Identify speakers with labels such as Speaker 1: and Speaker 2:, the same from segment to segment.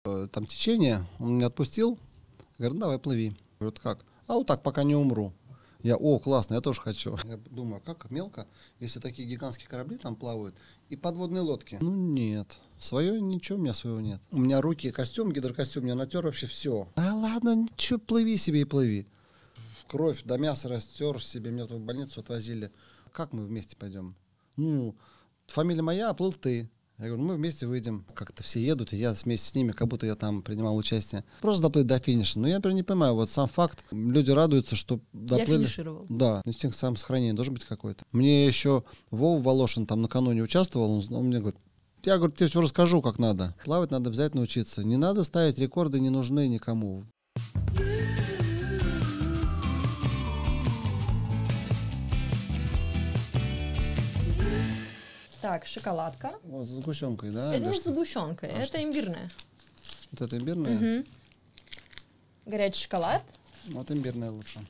Speaker 1: Там течение, он меня отпустил, говорит, давай плыви. Говорю, как? А вот так, пока не умру. Классно, я тоже хочу. Я думаю, как мелко, если такие гигантские корабли там плавают, и подводные лодки. Ну нет, свое ничего, у меня своего нет. У меня руки, костюм, гидрокостюм, меня натер вообще все. А ладно, ничего, плыви себе и плыви. Кровь до мяса растер себе, меня в больницу отвозили. Как мы вместе пойдем? Ну, фамилия моя, а плыл ты. Я говорю, мы вместе выйдем. Как-то все едут, и я вместе с ними, как будто я там принимал участие. Просто доплыть до финиша. Но я, например, не понимаю, вот сам факт, люди радуются, что доплыли.
Speaker 2: Я финишировал.
Speaker 1: Да, инстинкт самосохранения должен быть какой-то. Мне еще Вова Волошин там накануне участвовал, он мне говорит, я, говорю, тебе все расскажу, как надо. Плавать надо обязательно учиться. Не надо ставить рекорды, не нужны никому.
Speaker 2: Так, шоколадка.
Speaker 1: Вот с сгущенкой, да?
Speaker 2: Это не с сгущенкой, это имбирная.
Speaker 1: Вот это имбирная?
Speaker 2: Угу. Горячий шоколад.
Speaker 1: Вот имбирная лучше.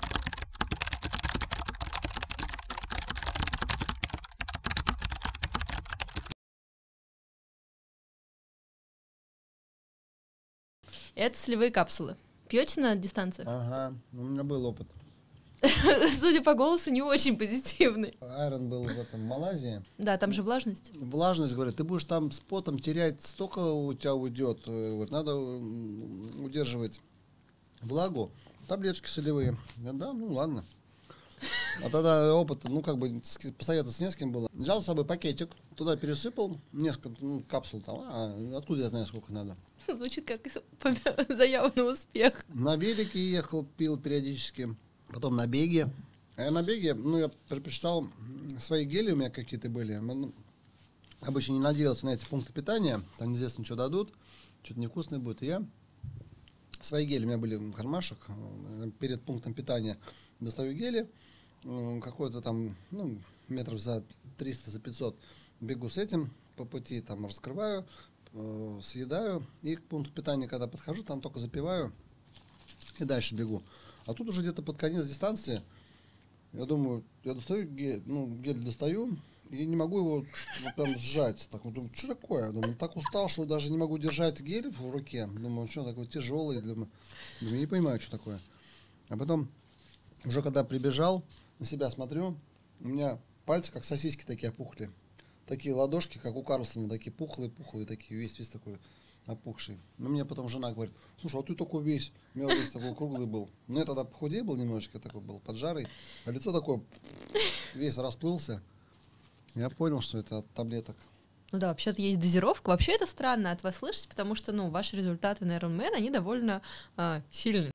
Speaker 2: Это солевые капсулы. Пьете на дистанции?
Speaker 1: Ага, у меня был опыт.
Speaker 2: Судя по голосу, не очень позитивный.
Speaker 1: Айрон был в Малайзии.
Speaker 2: Да, там же влажность.
Speaker 1: Влажность, говорят, ты будешь там с потом терять, столько у тебя уйдет. Говорит, надо удерживать влагу. Таблеточки солевые. Я, да, ну ладно. А тогда опыт, посоветоваться не с кем было. Взял с собой пакетик, туда пересыпал несколько капсул там. Откуда я знаю, сколько надо?
Speaker 2: Звучит как заява на успех.
Speaker 1: На велике ехал, пил периодически. Потом на беге. А я на беге, я предпочитал, свои гели у меня какие-то были. Обычно не надеялся на эти пункты питания. Там неизвестно, что дадут. Что-то невкусное будет. И я свои гели, у меня были в кармашек. Перед пунктом питания достаю гели. Какой-то там, метров за 300, за 500 бегу с этим. По пути там раскрываю, съедаю. И к пункту питания, когда подхожу, там только запиваю. И дальше бегу. А тут уже где-то под конец дистанции, я думаю, я достаю гель достаю, и не могу его прям сжать. Так вот, думаю, что такое? Я думаю, так устал, что даже не могу держать гель в руке. Думаю, что такой тяжелый. Думаю, не понимаю, что такое. А потом, уже когда прибежал, на себя смотрю, у меня пальцы как сосиски такие опухли. Такие ладошки, как у Карлсона, такие пухлые, такие, весь такой опухший. Но мне потом жена говорит, слушай, а ты такой весь, у меня весь такой круглый был. Я тогда похудее был немножечко, такой был поджарый, а лицо такое, весь расплылся. Я понял, что это от таблеток.
Speaker 2: Ну да, вообще-то есть дозировка. Вообще это странно от вас слышать, потому что, ваши результаты на Ironman, они довольно сильные.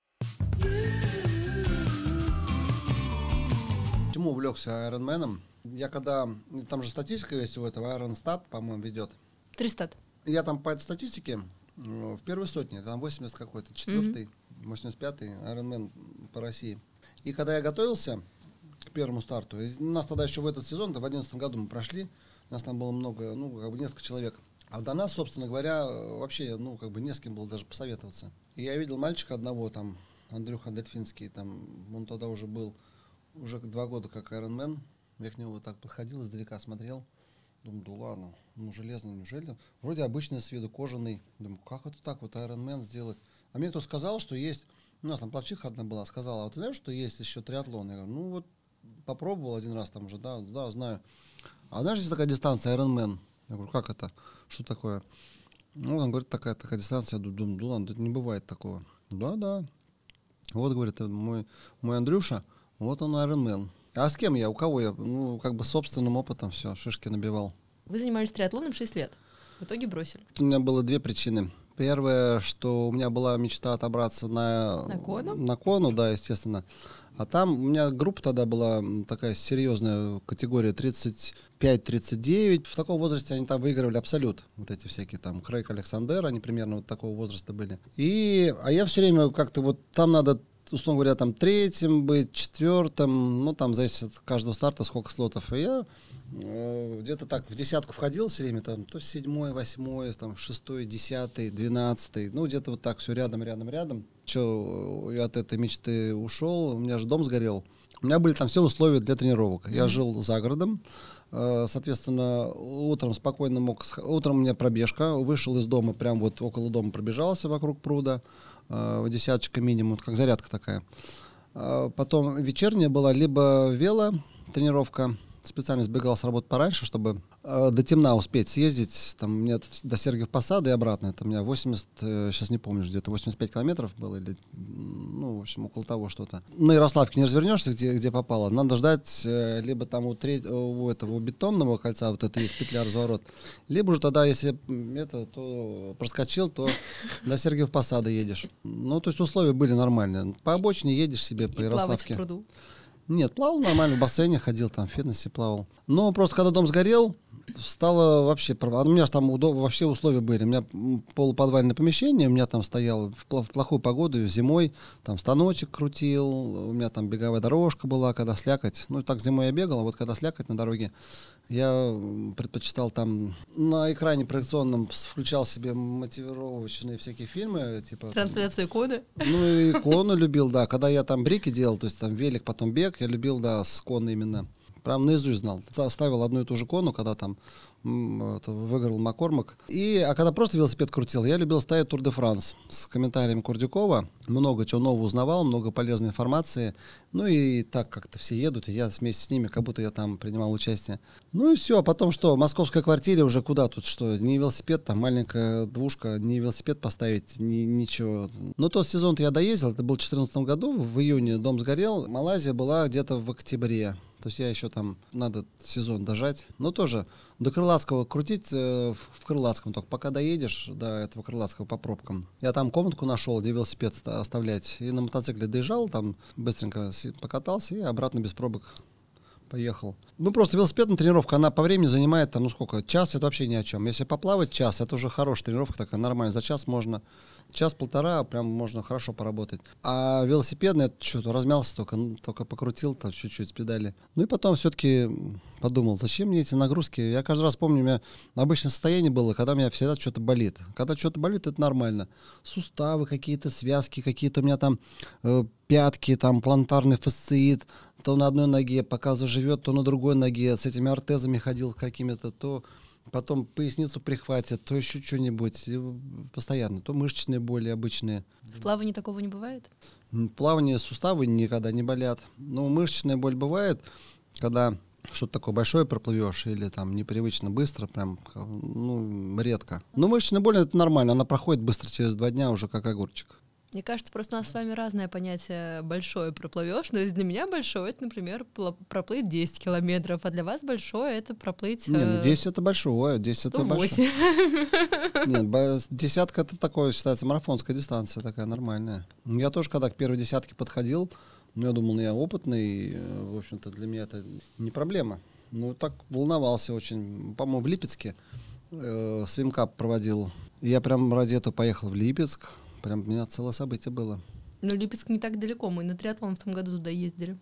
Speaker 1: Почему увлекся Ironman'ом? Я когда, там же статистика есть у этого, Ironstad, по-моему, ведет.
Speaker 2: 300.
Speaker 1: Я там по этой статистике в первой сотне, там 80 какой-то, 4-й, 85-й Ironman по России. И когда я готовился к первому старту, у нас тогда еще в этот сезон, в 2011 году мы прошли, у нас там было много, несколько человек. А до нас, собственно говоря, вообще, не с кем было даже посоветоваться. И я видел мальчика одного, там, Андрюха Дельфинский, там, он тогда уже был, уже 2 года как Ironman. Я к нему вот так подходил, издалека смотрел. Думаю, да ладно, железный, неужели? Вроде обычный с виду, кожаный. Думаю, как это так, вот Ironman сделать? А мне кто сказал, что есть, у нас там пловчиха одна была, сказала, а вот ты знаешь, что есть еще триатлон? Я говорю, попробовал один раз там уже, да, знаю. А знаешь, есть такая дистанция Ironman? Я говорю, как это? Что такое? Он говорит, такая дистанция. Я думаю, да ладно, это не бывает такого. Да. Вот, говорит, мой Андрюша, вот он Ironman. А с кем я? У кого я? Собственным опытом все, шишки набивал.
Speaker 2: Вы занимались триатлоном 6 лет. В итоге бросили.
Speaker 1: У меня было 2 причины. Первое, что у меня была мечта отобраться на Кону, да, естественно. А там у меня группа тогда была такая серьезная, категория 35-39. В таком возрасте они там выигрывали абсолют. Вот эти всякие там Крейг Александер, они примерно вот такого возраста были. А я все время как-то там надо, условно говоря, там 3-м быть, 4-м, там зависит от каждого старта, сколько слотов. И я где-то так в десятку входил все время, там, то 7-й, 8-й, там, 6-й, 10-й, 12-й, где-то вот так все рядом. Че, я от этой мечты ушел, у меня же дом сгорел. У меня были там все условия для тренировок. Я жил за городом, Соответственно, утром спокойно мог... Утром у меня пробежка, вышел из дома, прям вот около дома пробежался вокруг пруда, десяточка минимум, как зарядка такая. Потом вечерняя была либо велотренировка, специально сбегал с работы пораньше, чтобы до темна успеть съездить. Там у меня до Сергиев Посада и обратно. Это у меня 80, сейчас не помню, где-то 85 километров было, или, ну, в общем, около того что-то. На Ярославке не развернешься, где попало. Надо ждать либо там у этого бетонного кольца, вот это их петля разворот, либо уже тогда, если это, то проскочил, то до Сергиев Посада едешь. Ну, то есть условия были нормальные. По обочине едешь себе по Ярославке.
Speaker 2: Плавать в пруду.
Speaker 1: Нет, плавал нормально, в бассейне ходил, там в фитнесе плавал. Но просто когда дом сгорел, стало вообще... У меня же там вообще условия были. У меня полуподвальное помещение, у меня там стоял в плохую погоду зимой, там станочек крутил, у меня там беговая дорожка была, когда слякоть. Ну, так зимой я бегал, а вот когда слякоть на дороге, я предпочитал там на экране проекционном включал себе мотивировочные всякие фильмы, типа...
Speaker 2: Трансляцию кода?
Speaker 1: Ну, и икону любил, да. Когда я там брики делал, то есть там велик, потом бег, я любил, да, с коны именно. Прям наизусть знал. Ставил одну и ту же кону, когда там выиграл Маккормак. А когда просто велосипед крутил, я любил ставить Тур де Франс с комментариями Курдюкова. Много чего нового узнавал, много полезной информации. Ну и так как-то все едут, и я вместе с ними, как будто я там принимал участие. Ну и все. А потом что? В московской квартире уже куда тут что? Не велосипед, там маленькая двушка, не велосипед поставить, ничего. Но тот сезон-то я доездил, это был в 2014 году, в июне дом сгорел. Малайзия была где-то в октябре. То есть я еще там, надо сезон дожать. Но тоже до Крылатского крутить в Крылатском, только пока доедешь до этого Крылатского по пробкам. Я там комнатку нашел, где велосипед оставлять. И на мотоцикле доезжал, там быстренько покатался и обратно без пробок поехал. Ну, просто велосипедная тренировка, она по времени занимает, там, ну сколько, час, это вообще ни о чем. Если поплавать час, это уже хорошая тренировка такая, нормально. За час можно, час-полтора, прям можно хорошо поработать. А велосипедный, это что-то размялся только покрутил там чуть-чуть с педали. Ну и потом все-таки подумал, зачем мне эти нагрузки? Я каждый раз помню, у меня обычное состояние было, когда у меня всегда что-то болит. Когда что-то болит, это нормально. Суставы какие-то, связки какие-то, у меня там пятки, там плантарный фасциит, то на одной ноге, пока заживет, то на другой ноге, с этими ортезами ходил какими-то, то потом поясницу прихватит, то еще что-нибудь, постоянно, то мышечные боли обычные.
Speaker 2: В плавании такого не бывает?
Speaker 1: Плавание, суставы никогда не болят. Но мышечная боль бывает, когда что-то такое большое проплывешь или там непривычно быстро, прям, ну, редко. Но мышечная боль это нормально, она проходит быстро, через 2 дня уже как огурчик.
Speaker 2: Мне кажется, просто у нас с вами разное понятие «большое проплывешь». Но для меня большое — это, например, проплыть 10 километров, а для вас большое — это проплыть...
Speaker 1: Не, ну 10 это большое, 10 это большое. Нет, десятка это такое считается марафонская дистанция, такая нормальная. Я тоже, когда к первой десятке подходил, я думал, я опытный, в общем-то, для меня это не проблема. Ну, так волновался очень. По-моему, в Липецке свимкап проводил. Я прям ради этого поехал в Липецк. Прям у меня целое событие было.
Speaker 2: Ну, Липецк не так далеко, мы на триатлон в том году туда ездили.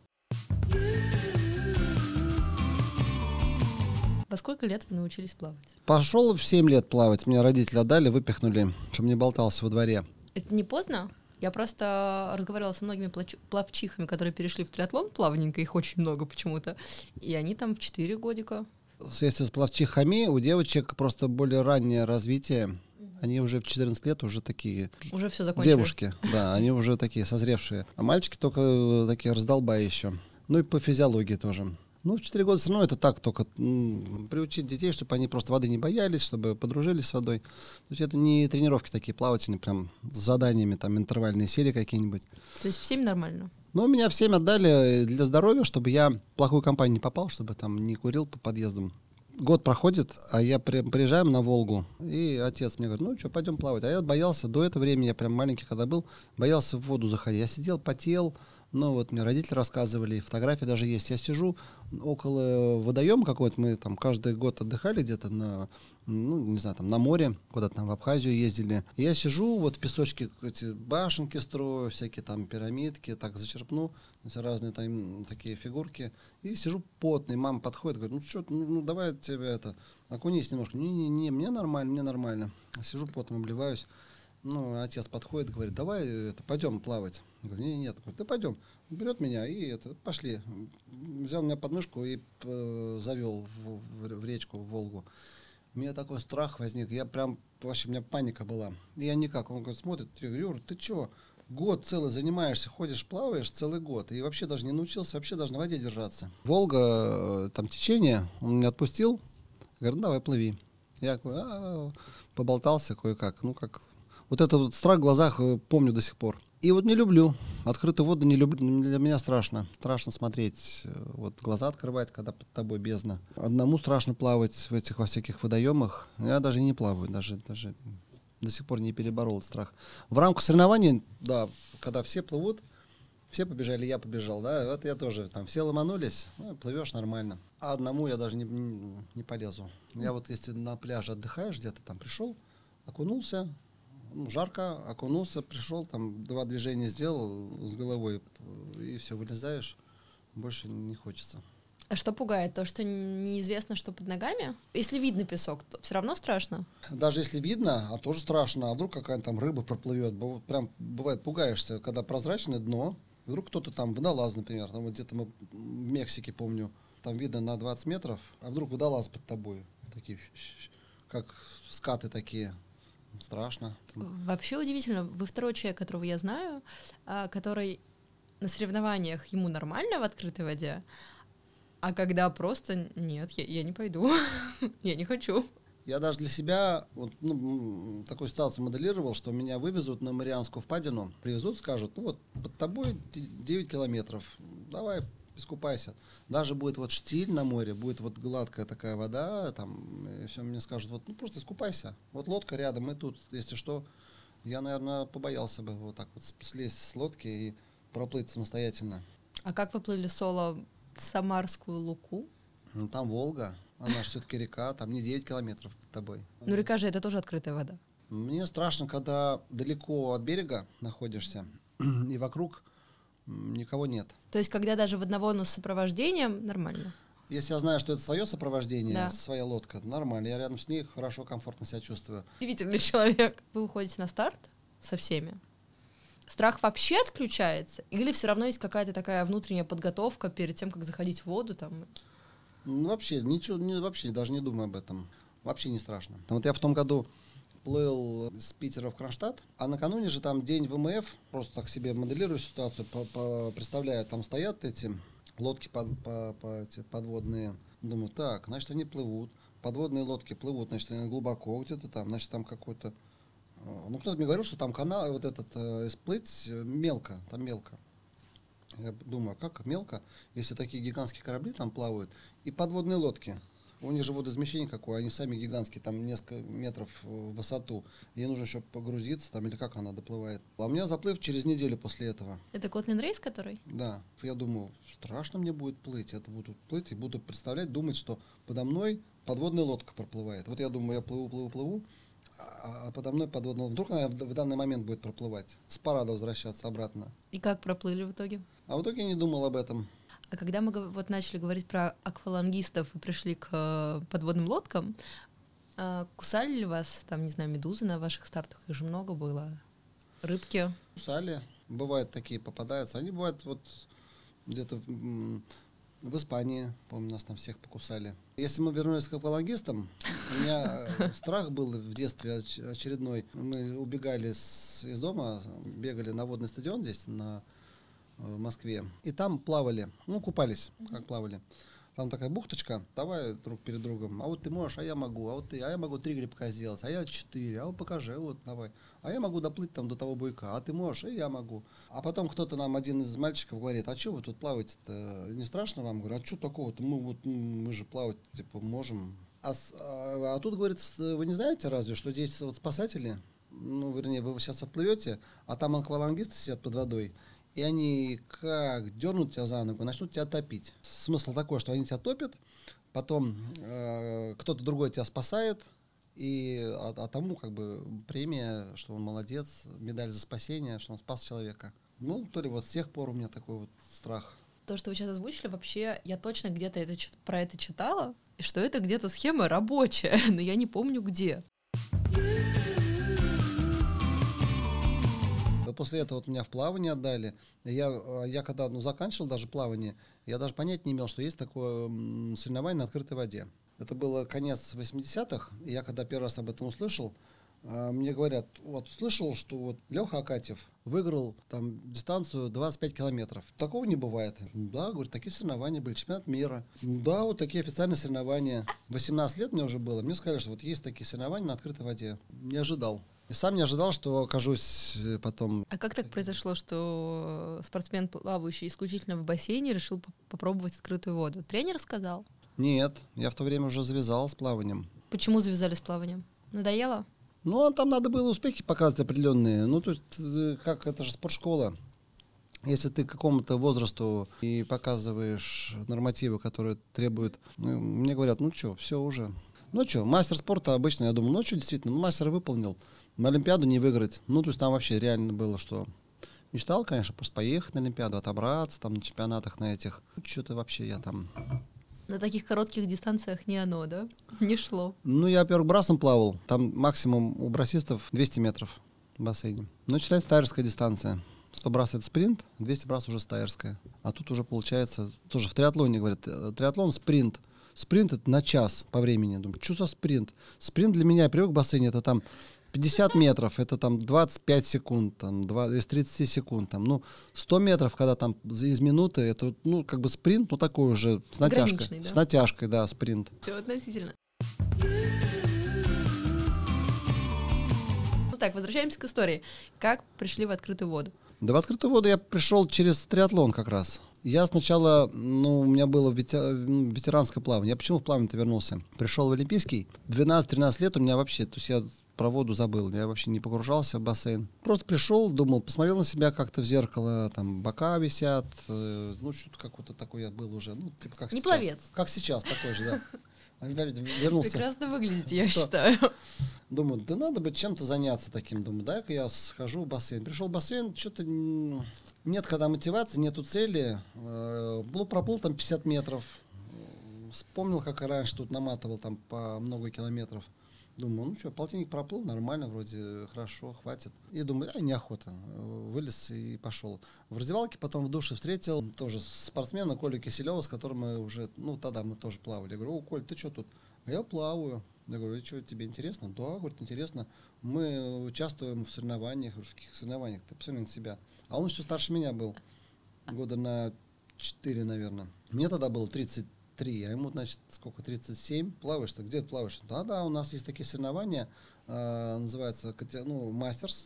Speaker 2: Во сколько лет вы научились плавать?
Speaker 1: Пошел в 7 лет плавать. Меня родители отдали, выпихнули, чтобы не болтался во дворе.
Speaker 2: Это не поздно? Я просто разговаривала со многими плавчихами, которые перешли в триатлон плавненько, их очень много почему-то, и они там в 4 годика.
Speaker 1: Если с плавчихами, у девочек просто более раннее развитие. Они уже в 14 лет уже такие
Speaker 2: уже все закончили.
Speaker 1: Девушки, да, они уже такие созревшие. А мальчики только такие раздолбая еще. Ну и по физиологии тоже. Ну, в 4 года все равно это так, только приучить детей, чтобы они просто воды не боялись, чтобы подружились с водой. То есть это не тренировки такие плавательные, прям с заданиями, там, интервальные серии какие-нибудь.
Speaker 2: То есть в 7 нормально?
Speaker 1: Ну, меня в 7 отдали для здоровья, чтобы я в плохую компанию не попал, чтобы там не курил по подъездам. Год проходит, а я приезжаем на Волгу, и отец мне говорит, ну что, пойдем плавать. А я боялся, до этого времени, я прям маленький когда был, боялся в воду заходить. Я сидел, потел, ну вот мне родители рассказывали, фотографии даже есть. Я сижу около водоема какой-то, мы там каждый год отдыхали где-то на, ну не знаю, там на море, куда-то там в Абхазию ездили. И я сижу, вот в песочке эти башенки строю, всякие там пирамидки, так зачерпну, разные там такие фигурки. И сижу потный, мама подходит, говорит, ну что, ну давай тебя это, окунись немножко. Не, мне нормально, мне нормально. Сижу потным, обливаюсь. Ну, отец подходит, говорит, давай пойдем плавать. Я говорю, нет, говорит, да пойдем. Берет меня и пошли. Взял меня под мышку и завел в речку, в Волгу. У меня такой страх возник, я прям, вообще, у меня паника была. И я никак, он говорит, смотрит, я говорю, Юр, ты чё, год целый занимаешься, ходишь, плаваешь целый год, и вообще даже не научился, вообще даже на воде держаться. Волга, там течение, он меня отпустил, говорит, ну, давай плыви. Я поболтался кое-как, ну как, вот этот вот страх в глазах помню до сих пор. И вот не люблю, открытую воду не люблю, для меня страшно. Страшно смотреть, вот глаза открывать, когда под тобой бездна. Одному страшно плавать во всяких водоемах. Я даже не плаваю, даже до сих пор не переборол этот страх. В рамках соревнований, да, когда все плывут, все побежали, я побежал, да, вот я тоже, там все ломанулись, ну, плывешь нормально. А одному я даже не полезу. Я вот если на пляже отдыхаешь где-то, там пришел, окунулся, ну, жарко, окунулся, пришел, там 2 движения сделал с головой, и все, вылезаешь, больше не хочется.
Speaker 2: А что пугает? То, что неизвестно, что под ногами? Если видно песок, то все равно страшно?
Speaker 1: Даже если видно, а тоже страшно, а вдруг какая-то там рыба проплывет, прям бывает пугаешься, когда прозрачное дно, вдруг кто-то там, водолаз, например, там вот где-то мы в Мексике, помню, там видно на 20 метров, а вдруг водолаз под тобой, такие, как скаты такие. Страшно.
Speaker 2: Вообще удивительно. Вы второй человек, которого я знаю, который на соревнованиях ему нормально в открытой воде, а когда просто нет, я не пойду, я не хочу.
Speaker 1: Я даже для себя вот, такую ситуацию моделировал, что меня вывезут на Марианскую впадину, привезут, скажут, ну вот под тобой 9 километров, давай искупайся. Даже будет вот штиль на море, будет вот гладкая такая вода, там, и все, мне скажут, вот, ну просто искупайся. Вот лодка рядом, и тут, если что, я, наверное, побоялся бы вот так вот слезть с лодки и проплыть самостоятельно.
Speaker 2: А как вы плыли соло Самарскую Луку?
Speaker 1: Ну, там Волга, она же все-таки река, там не 9 километров под тобой.
Speaker 2: Ну, река же это тоже открытая вода.
Speaker 1: Мне страшно, когда далеко от берега находишься, и вокруг никого нет.
Speaker 2: То есть, когда даже в одного, но с сопровождением, нормально?
Speaker 1: Если я знаю, что это свое сопровождение,
Speaker 2: да.
Speaker 1: Своя лодка, нормально. Я рядом с ней хорошо, комфортно себя чувствую.
Speaker 2: Удивительный человек. Вы уходите на старт со всеми. Страх вообще отключается? Или все равно есть какая-то такая внутренняя подготовка перед тем, как заходить в воду? Там?
Speaker 1: Ну, вообще, ничего, вообще даже не думаю об этом. Вообще не страшно. Вот я в том году плыл с Питера в Кронштадт, а накануне же там день ВМФ, просто так себе моделирую ситуацию, представляю, там стоят эти лодки подводные, думаю, так, значит, они плывут, подводные лодки плывут, значит, они глубоко где-то там, значит, там какой-то, ну, кто-то мне говорил, что там канал, вот этот, сплыть мелко, там мелко. Я думаю, а как мелко, если такие гигантские корабли там плавают, и подводные лодки. У них же водоизмещение какое, они сами гигантские, там несколько метров в высоту. Ей нужно еще погрузиться, там, или как она доплывает. А у меня заплыв через неделю после этого.
Speaker 2: Это Котлин Рейс, который?
Speaker 1: Да. Я думаю, страшно мне будет плыть. Я буду плыть и буду представлять, думать, что подо мной подводная лодка проплывает. Вот я думаю, я плыву, а подо мной подводная лодка. Вдруг она в данный момент будет проплывать. С парада возвращаться обратно.
Speaker 2: И как проплыли в итоге?
Speaker 1: А в итоге я не думал об этом.
Speaker 2: А когда мы вот начали говорить про аквалангистов и пришли к подводным лодкам, кусали ли вас, там, не знаю, медузы на ваших стартах? Их же много было. Рыбки?
Speaker 1: Кусали. Бывают такие, попадаются. Они бывают вот где-то в Испании, помню, нас там всех покусали. Если мы вернулись к аквалангистам, у меня страх был в детстве очередной. Мы убегали из дома, бегали на водный стадион здесь, в Москве. И там плавали, купались, как плавали. Там такая бухточка, давай друг перед другом. А вот ты можешь, а я могу, а вот ты, а я могу 3 грибка сделать, а я 4, а вот покажи, вот давай. А я могу доплыть там до того буйка, а ты можешь, и я могу. А потом кто-то нам, один из мальчиков говорит, а что вы тут плаваете-то, не страшно вам? Говорю, а что такого-то, мы же плавать типа можем. А тут, говорит, вы не знаете разве, что здесь вот спасатели, вернее, вы сейчас отплывете, а там аквалангисты сидят под водой, и они как дернут тебя за ногу, начнут тебя топить. Смысл такой, что они тебя топят, потом кто-то другой тебя спасает, а тому как бы премия, что он молодец, медаль за спасение, что он спас человека. То ли вот с тех пор у меня такой вот страх.
Speaker 2: То, что вы сейчас озвучили, вообще я точно где-то про это читала, и что это где-то схема рабочая, но я не помню где.
Speaker 1: Вот после этого вот меня в плавание отдали. Я когда заканчивал даже плавание, я даже понять не имел, что есть такое соревнование на открытой воде. Это было конец 80-х, и я когда первый раз об этом услышал, мне говорят, вот слышал, что вот Леха Акатьев выиграл там дистанцию 25 километров. Такого не бывает. Да, говорит, такие соревнования были, чемпионат мира. Да, вот такие официальные соревнования. 18 лет мне уже было. Мне сказали, что вот есть такие соревнования на открытой воде. Не ожидал. И сам не ожидал, что окажусь потом...
Speaker 2: А как так произошло, что спортсмен, плавающий исключительно в бассейне, решил попробовать открытую воду? Тренер сказал?
Speaker 1: Нет, я в то время уже завязал с плаванием.
Speaker 2: Почему завязали с плаванием? Надоело?
Speaker 1: Ну, а там надо было успехи показывать определенные. Ну, то есть, как это же спортшкола. Если ты к какому-то возрасту и показываешь нормативы, которые требуют... Ну, мне говорят, ну что, все уже. Ну что, мастер спорта обычно, я думаю, ну что, действительно, ну, мастер выполнил. На Олимпиаду не выиграть. Ну, то есть там вообще реально было, что... Мечтал, конечно, просто поехать на Олимпиаду, отобраться там на чемпионатах на этих. Что-то вообще я там...
Speaker 2: На таких коротких дистанциях не оно, да? Не шло.
Speaker 1: Ну, я, во-первых, брасом плавал. Там максимум у брасистов 200 метров в бассейне. Ну, считается стайерская дистанция. 100 брас — это спринт, 200 брас уже стайерская. А тут уже получается... Тоже в триатлоне говорят, триатлон — спринт. Спринт — это на час по времени. Думаю, что за спринт? Спринт для меня, я привык в бассейне, это там 50 метров, это там 25 секунд, там, из 30 секунд. Там, ну, 100 метров, когда там из минуты, это, ну, как бы спринт, ну, такой уже с натяжкой.
Speaker 2: Да?
Speaker 1: С натяжкой, да, спринт.
Speaker 2: Все относительно. Ну так, возвращаемся к истории. Как пришли в открытую воду?
Speaker 1: Да в открытую воду я пришел через триатлон как раз. Я сначала, ну, у меня было ветеранское плавание. Я почему в плавание-то вернулся? Пришел в Олимпийский. 12-13 лет у меня вообще, то есть я про воду забыл, я вообще не погружался в бассейн. Просто пришел, думал, посмотрел на себя как-то в зеркало, там бока висят, ну, что-то какой-то такой я был уже, ну, типа как
Speaker 2: не
Speaker 1: сейчас.
Speaker 2: Пловец.
Speaker 1: Как сейчас, такой же, да. Вернулся.
Speaker 2: Прекрасно выглядите, я считаю.
Speaker 1: Думаю, да надо бы чем-то заняться таким. Думаю, дай-ка я схожу в бассейн. Пришел в бассейн, что-то нет когда мотивации, нету цели. Проплыл там 50 метров. Вспомнил, как я раньше тут наматывал там по много километров. Думаю, ну что, полтинник проплыл, нормально, вроде хорошо, хватит. И думаю, неохота. Вылез и пошел. В раздевалке потом в душе встретил тоже спортсмена Колю Киселева, с которым мы уже, ну тогда мы тоже плавали. Я говорю, о, Коль, ты что тут? А я плаваю. Я говорю, и что, тебе интересно? Да, говорит, интересно. Мы участвуем в соревнованиях. В каких соревнованиях? Ты посмотри на себя. А он еще старше меня был. Года на 4, наверное. Мне тогда было 33, а ему, значит, сколько, 37. Плаваешь-то? Где ты плаваешь? Да, у нас есть такие соревнования, называется, ну, мастерс.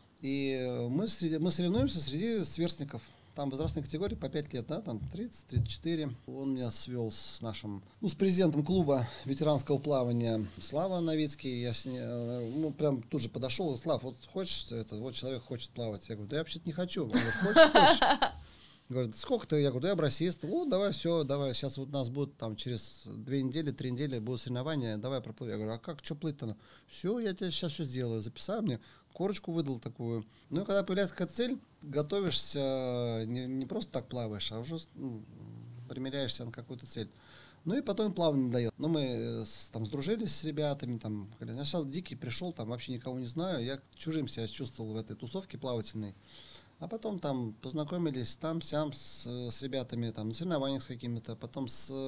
Speaker 1: И мы соревнуемся среди сверстников. Там возрастные категории по 5 лет, да, там 30-34. Он меня свел с нашим, ну, с президентом клуба ветеранского плавания Слава Новицкий. Я с ним, ну, прям тут же подошел. Слав, вот хочешь, вот человек хочет плавать. Я говорю, да я вообще-то не хочу. Он говорит, хочешь. Говорит, сколько ты? Я говорю, да я брасист. Вот, давай, все, давай, сейчас вот у нас будут там через 2 недели, 3 недели будут соревнования, давай проплыву. Я говорю, а как, что плыть-то? Все, я тебе сейчас все сделаю. Записал мне, корочку выдал такую. Ну и когда появляется какая-то цель, готовишься, не просто так плаваешь, а уже примеряешься на какую-то цель. Ну и потом плавание надоело. Ну мы там сдружились с ребятами, там, я сначала дикий пришел, там вообще никого не знаю, я чужим себя чувствовал в этой тусовке плавательной. А потом там познакомились там-сям с ребятами, там, на соревнованиях с какими-то, потом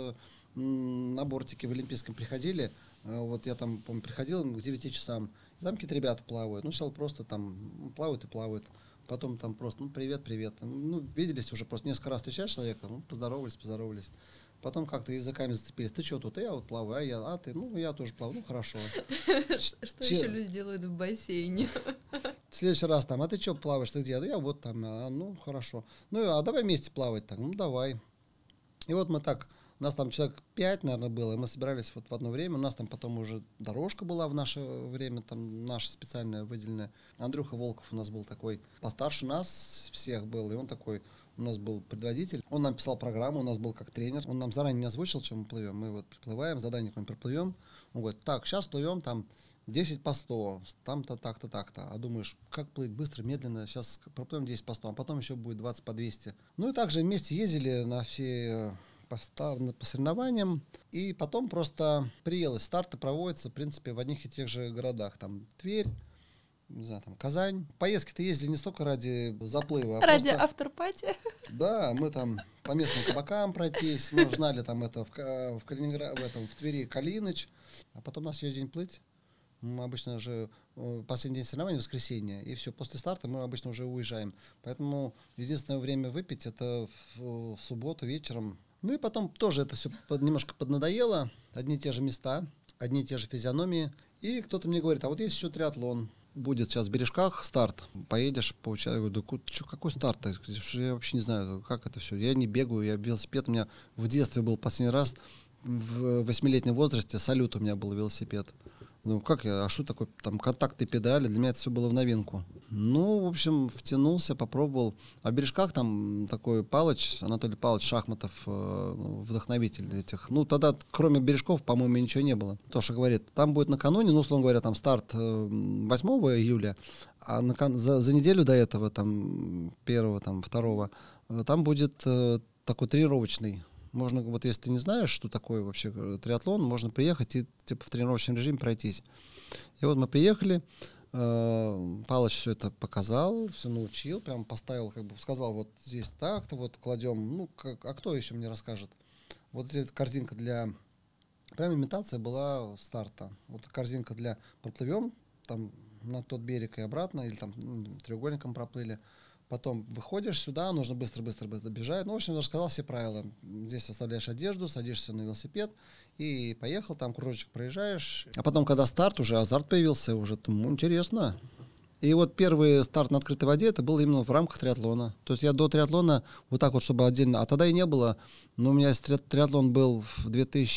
Speaker 1: на бортике в Олимпийском приходили. Вот я там, помню, приходил к 9 часам, и там какие-то ребята плавают. Ну, сначала просто там плавают и плавают. Потом там просто, ну, привет. Ну, виделись уже, просто несколько раз встречаешь человека, ну, поздоровались. Потом как-то языками зацепились. Ты что тут? Я вот плаваю, а ты? Ну, я тоже плаваю, ну, хорошо.
Speaker 2: Что еще люди делают в бассейне?
Speaker 1: В следующий раз там, а ты что плаваешь, ты где? Да я вот там, ну, хорошо. Ну, а давай вместе плавать так, ну, давай. И вот мы так, у нас там человек 5, наверное, было, и мы собирались вот в одно время. У нас там потом уже дорожка была в наше время, там наша специальная выделенная. Андрюха Волков у нас был такой, постарше нас всех был, и он такой, у нас был предводитель. Он нам писал программу, у нас был как тренер. Он нам заранее не озвучил, чем мы плывем. Мы вот приплываем, задание какое-нибудь проплывем. Он говорит, так, сейчас плывем там 10 по 100, там-то, так-то, так-то. А думаешь, как плыть быстро, медленно, сейчас проплывем 10 по 100, а потом еще будет 20 по 200. Ну и также вместе ездили на все по соревнованиям. И потом просто приелось. Старты проводятся, в принципе, в одних и тех же городах. Там Тверь, не знаю, там, Казань. Поездки-то ездили не столько ради заплыва, а
Speaker 2: Ради
Speaker 1: просто...
Speaker 2: авторпати.
Speaker 1: Да, мы там по местным кабакам пройтись, мы знали там это в Калининграде, в Твери Калиныч, а потом на следующий день плыть. Мы обычно же последний день соревнований, воскресенье, и все, после старта мы обычно уже уезжаем. Поэтому единственное время выпить это в субботу вечером. Ну и потом тоже это все немножко поднадоело, одни и те же места, одни и те же физиономии. И кто-то мне говорит, а вот есть еще триатлон. Будет сейчас в Бережках старт, поедешь, получается, я говорю, да какой старт? Я вообще не знаю, как это все. Я не бегаю, я велосипед, у меня в детстве был последний раз, в 8-летнем возрасте, салют у меня был велосипед. Ну, как я, а что такое, там, контактные педали, для меня это все было в новинку. Ну, в общем, втянулся, попробовал. А в Бережках там такой Палыч, Анатолий Павлович Шахматов, вдохновитель этих. Ну, тогда, кроме Бережков, по-моему, ничего не было. Тоша говорит, там будет накануне, ну, условно говоря, там старт 8 июля, а за неделю до этого, там, 1, там, 2, там будет такой тренировочный. Можно, вот если ты не знаешь, что такое вообще триатлон, можно приехать и типа в тренировочном режиме пройтись. И вот мы приехали, Палыч все это показал, все научил, прям поставил, как бы сказал, вот здесь так-то, вот кладем, ну, а кто еще мне расскажет? Вот здесь корзинка для... Прям имитация была старта. Вот корзинка для проплывем, там на тот берег и обратно, или там треугольником проплыли. Потом выходишь сюда, нужно быстро-быстро бежать. Ну, в общем, рассказал все правила. Здесь оставляешь одежду, садишься на велосипед и поехал, там кружочек проезжаешь. А потом, когда старт, уже азарт появился, уже интересно. И вот первый старт на открытой воде, это был именно в рамках триатлона. То есть я до триатлона вот так вот, чтобы отдельно... А тогда и не было. Но у меня триатлон был в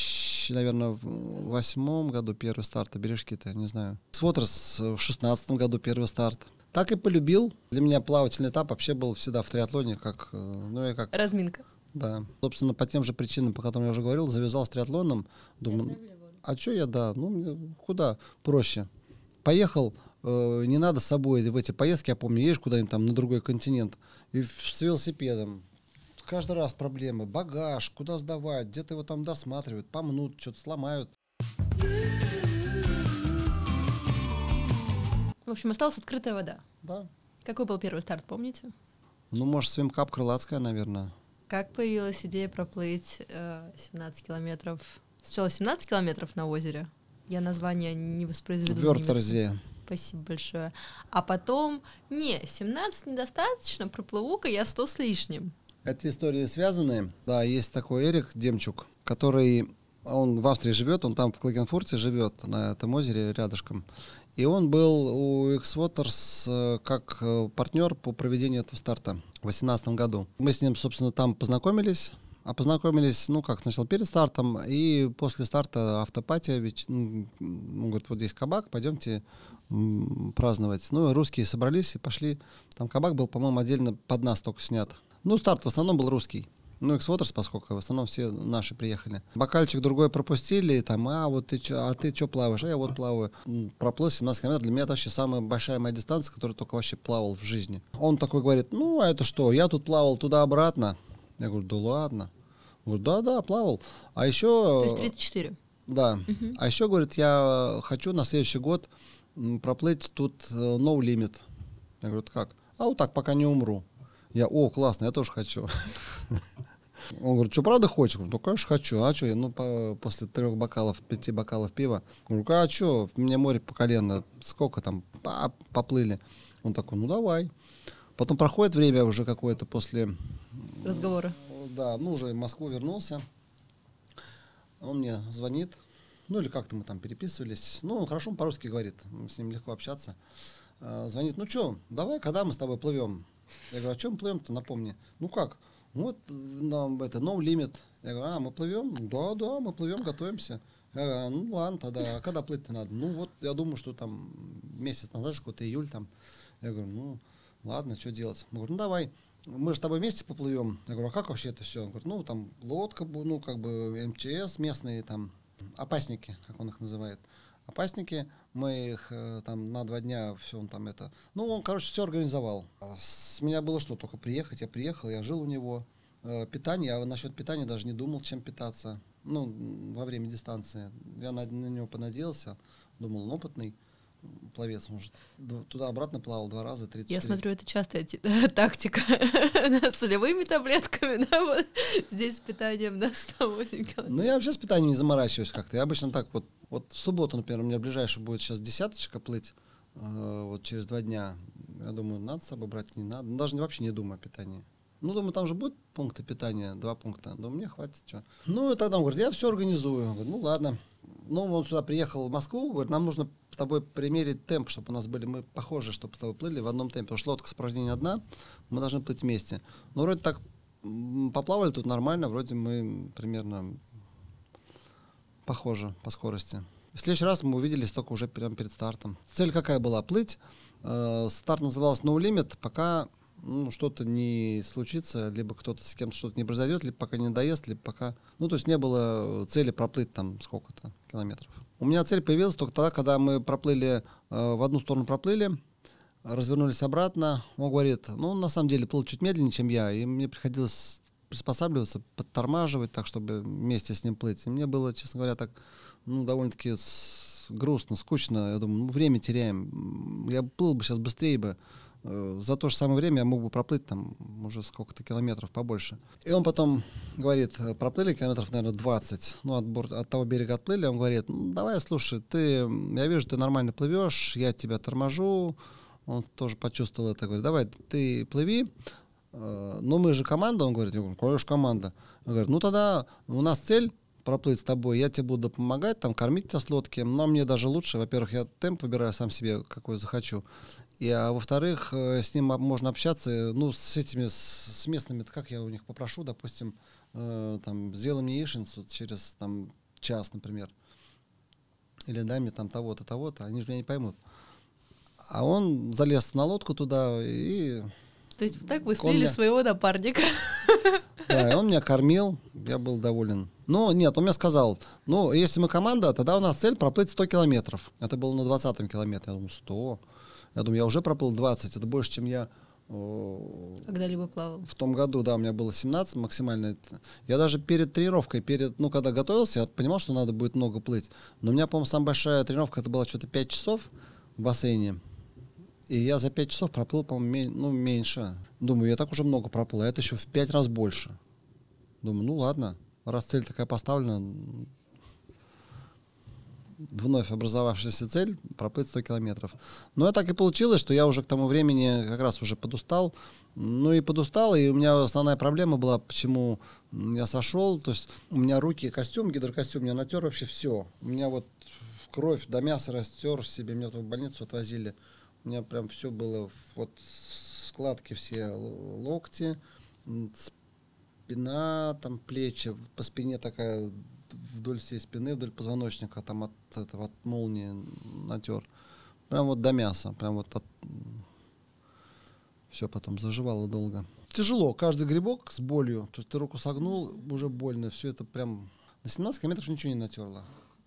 Speaker 1: 2008 году, первый старт, а Бережки-то, не знаю. Смотрс в 2016 году первый старт. Так и полюбил. Для меня плавательный этап вообще был всегда в триатлоне, как... Ну, я как...
Speaker 2: Разминка.
Speaker 1: Да. Собственно, по тем же причинам, по которым я уже говорил, завязал с триатлоном. Думаю, а что я, да, ну, мне куда проще. Поехал, не надо с собой в эти поездки, я помню, едешь куда-нибудь там на другой континент, и с велосипедом. Каждый раз проблемы. Багаж, куда сдавать, где-то его там досматривают, помнут, что-то сломают.
Speaker 2: В общем, осталась открытая вода.
Speaker 1: Да.
Speaker 2: Какой был первый старт, помните?
Speaker 1: Ну, может, свимкап Крылатская, наверное.
Speaker 2: Как появилась идея проплыть 17 километров? Сначала 17 километров на озере. Я название не воспроизведу.
Speaker 1: Вёртерзе.
Speaker 2: Спасибо большое. А потом, 17 недостаточно, проплыву-ка я 100 с лишним.
Speaker 1: Эти истории связаны. Да, есть такой Эрик Демчук, который, он в Австрии живет, он там в Клагенфурте живет, на этом озере рядышком. И он был у X-Waters как партнер по проведению этого старта в 2018 году. Мы с ним, собственно, там познакомились. А познакомились, ну как, сначала перед стартом, и после старта автопатия. Он говорит, вот здесь кабак, пойдемте праздновать. Ну, русские собрались и пошли. Там кабак был, по-моему, отдельно под нас только снят. Ну, старт в основном был русский. Ну, X-Waters, поскольку в основном все наши приехали. Бокальчик другой пропустили, там, вот ты что плаваешь? А я вот плаваю. Проплыл 17 километров. Для меня это вообще самая большая моя дистанция, которую только вообще плавал в жизни. Он такой говорит, ну, а это что? Я тут плавал туда-обратно. Я говорю, да ладно. Он говорит, да, плавал. А еще...
Speaker 2: То есть 34.
Speaker 1: Да.
Speaker 2: Угу.
Speaker 1: А еще, говорит, я хочу на следующий год проплыть тут no limit. Я говорю, как? А вот так, пока не умру. Я, классно, я тоже хочу. Он говорит, что, правда хочешь? Ну, конечно, хочу. А что, ну, после 5 бокалов пива. Говорю, а что, мне море по колено, сколько там, поплыли. Он такой, ну, давай. Потом проходит время уже какое-то после...
Speaker 2: Разговора.
Speaker 1: Да, ну, уже в Москву вернулся. Он мне звонит. Ну, или как-то мы там переписывались. Ну, он хорошо по-русски говорит. С ним легко общаться. Звонит, ну, что, давай, когда мы с тобой плывем? Я говорю, о чем плывем-то, напомни. Ну, как? Вот нам это no limit. Я говорю, мы плывем? Да, мы плывем, готовимся. Я говорю, ну ладно, тогда, а когда плыть-то надо? Ну вот, я думаю, что там месяц назад, какой-то июль там. Я говорю, ну ладно, что делать? Я говорю, ну давай, мы же с тобой вместе поплывем. Я говорю, а как вообще это все? Он говорит, ну там лодка, ну как бы МЧС местные там, опасники, как он их называет. Опасники, мы их там на 2 дня, все он там это... Ну, он, короче, все организовал. С меня было что, только приехать, я приехал, я жил у него. Питание, я насчет питания даже не думал, чем питаться. Ну, во время дистанции. Я на него понадеялся, думал, он опытный. пловец, может, туда-обратно плавал 2 раза, 34.
Speaker 2: Я смотрю, это частая тактика с солевыми таблетками, да, вот здесь с питанием на 108 километров.
Speaker 1: Ну, я вообще с питанием не заморачиваюсь как-то. Я обычно так вот в субботу, например, у меня ближайший будет сейчас 10 плыть, вот через 2 дня. Я думаю, надо с собой брать, не надо. Ну, даже вообще не думаю о питании. Ну, думаю, там же будут пункты питания, 2 пункта. Думаю, мне хватит, что. Ну, и тогда он говорит, я все организую. Я говорю, ну, ладно. Ну, он сюда приехал в Москву, говорит, нам нужно с тобой примерить темп, чтобы у нас были мы похожи, чтобы с тобой плыли в одном темпе. Потому что лодка сопровождения одна, мы должны плыть вместе. Ну, вроде так поплавали тут нормально, вроде мы примерно похожи по скорости. В следующий раз мы увиделись только уже прямо перед стартом. Цель какая была? Плыть. Старт назывался No Limit, пока что-то не случится, либо кто-то с кем-то что-то не произойдет, либо пока не доест, либо пока... Ну, то есть не было цели проплыть там сколько-то километров. У меня цель появилась только тогда, когда мы проплыли, в одну сторону проплыли, развернулись обратно. Он говорит, ну, на самом деле, плыл чуть медленнее, чем я, и мне приходилось приспосабливаться, подтормаживать так, чтобы вместе с ним плыть. И мне было, честно говоря, так, довольно-таки грустно, скучно. Я думаю, время теряем. Я плыл бы сейчас быстрее бы. За то же самое время я мог бы проплыть там уже сколько-то километров побольше. И он потом говорит, проплыли километров, наверное, 20, от того берега отплыли, он говорит, давай, слушай, я вижу, ты нормально плывешь, я тебя торможу. Он тоже почувствовал это, говорит, давай, ты плыви, но мы же команда, он говорит, я говорю, какая же команда? Он говорит, ну тогда у нас цель проплыть с тобой, я тебе буду помогать, там, кормить тебя с лодки, но мне даже лучше, во-первых, я темп выбираю сам себе, какой захочу, а во-вторых, с ним можно общаться, с местными, как я у них попрошу, допустим, сделай мне яичницу через час, например, или дай мне того-то, того-то, они же меня не поймут. А он залез на лодку туда и...
Speaker 2: То есть так вы слили своего напарника.
Speaker 1: Да, и он меня кормил, я был доволен. Но нет, он мне сказал, если мы команда, тогда у нас цель проплыть 100 километров. Это было на 20-м километре. Я думаю, 100. Я думаю, я уже проплыл 20, это больше, чем я...
Speaker 2: Когда-либо плавал.
Speaker 1: В том году, да, у меня было 17 максимально. Я даже перед тренировкой, когда готовился, я понимал, что надо будет много плыть. Но у меня, по-моему, самая большая тренировка, это была что-то 5 часов в бассейне. И я за 5 часов проплыл, по-моему, меньше. Думаю, я так уже много проплыл, а это еще в 5 раз больше. Думаю, ладно, раз цель такая поставлена, вновь образовавшаяся цель проплыть 100 километров. Но так и получилось, что я уже к тому времени как раз уже подустал. И у меня основная проблема была, почему я сошел. То есть у меня руки, гидрокостюм, я натер вообще все. У меня вот кровь до мяса растер себе, меня в больницу отвозили. У меня прям все было, вот складки все, локти, спина, плечи, по спине такая, вдоль всей спины, вдоль позвоночника, от молнии натер. Прям вот до мяса, все потом заживало долго. Тяжело, каждый грибок с болью, то есть ты руку согнул, уже больно, все это прям... На 17 километров ничего не натерло.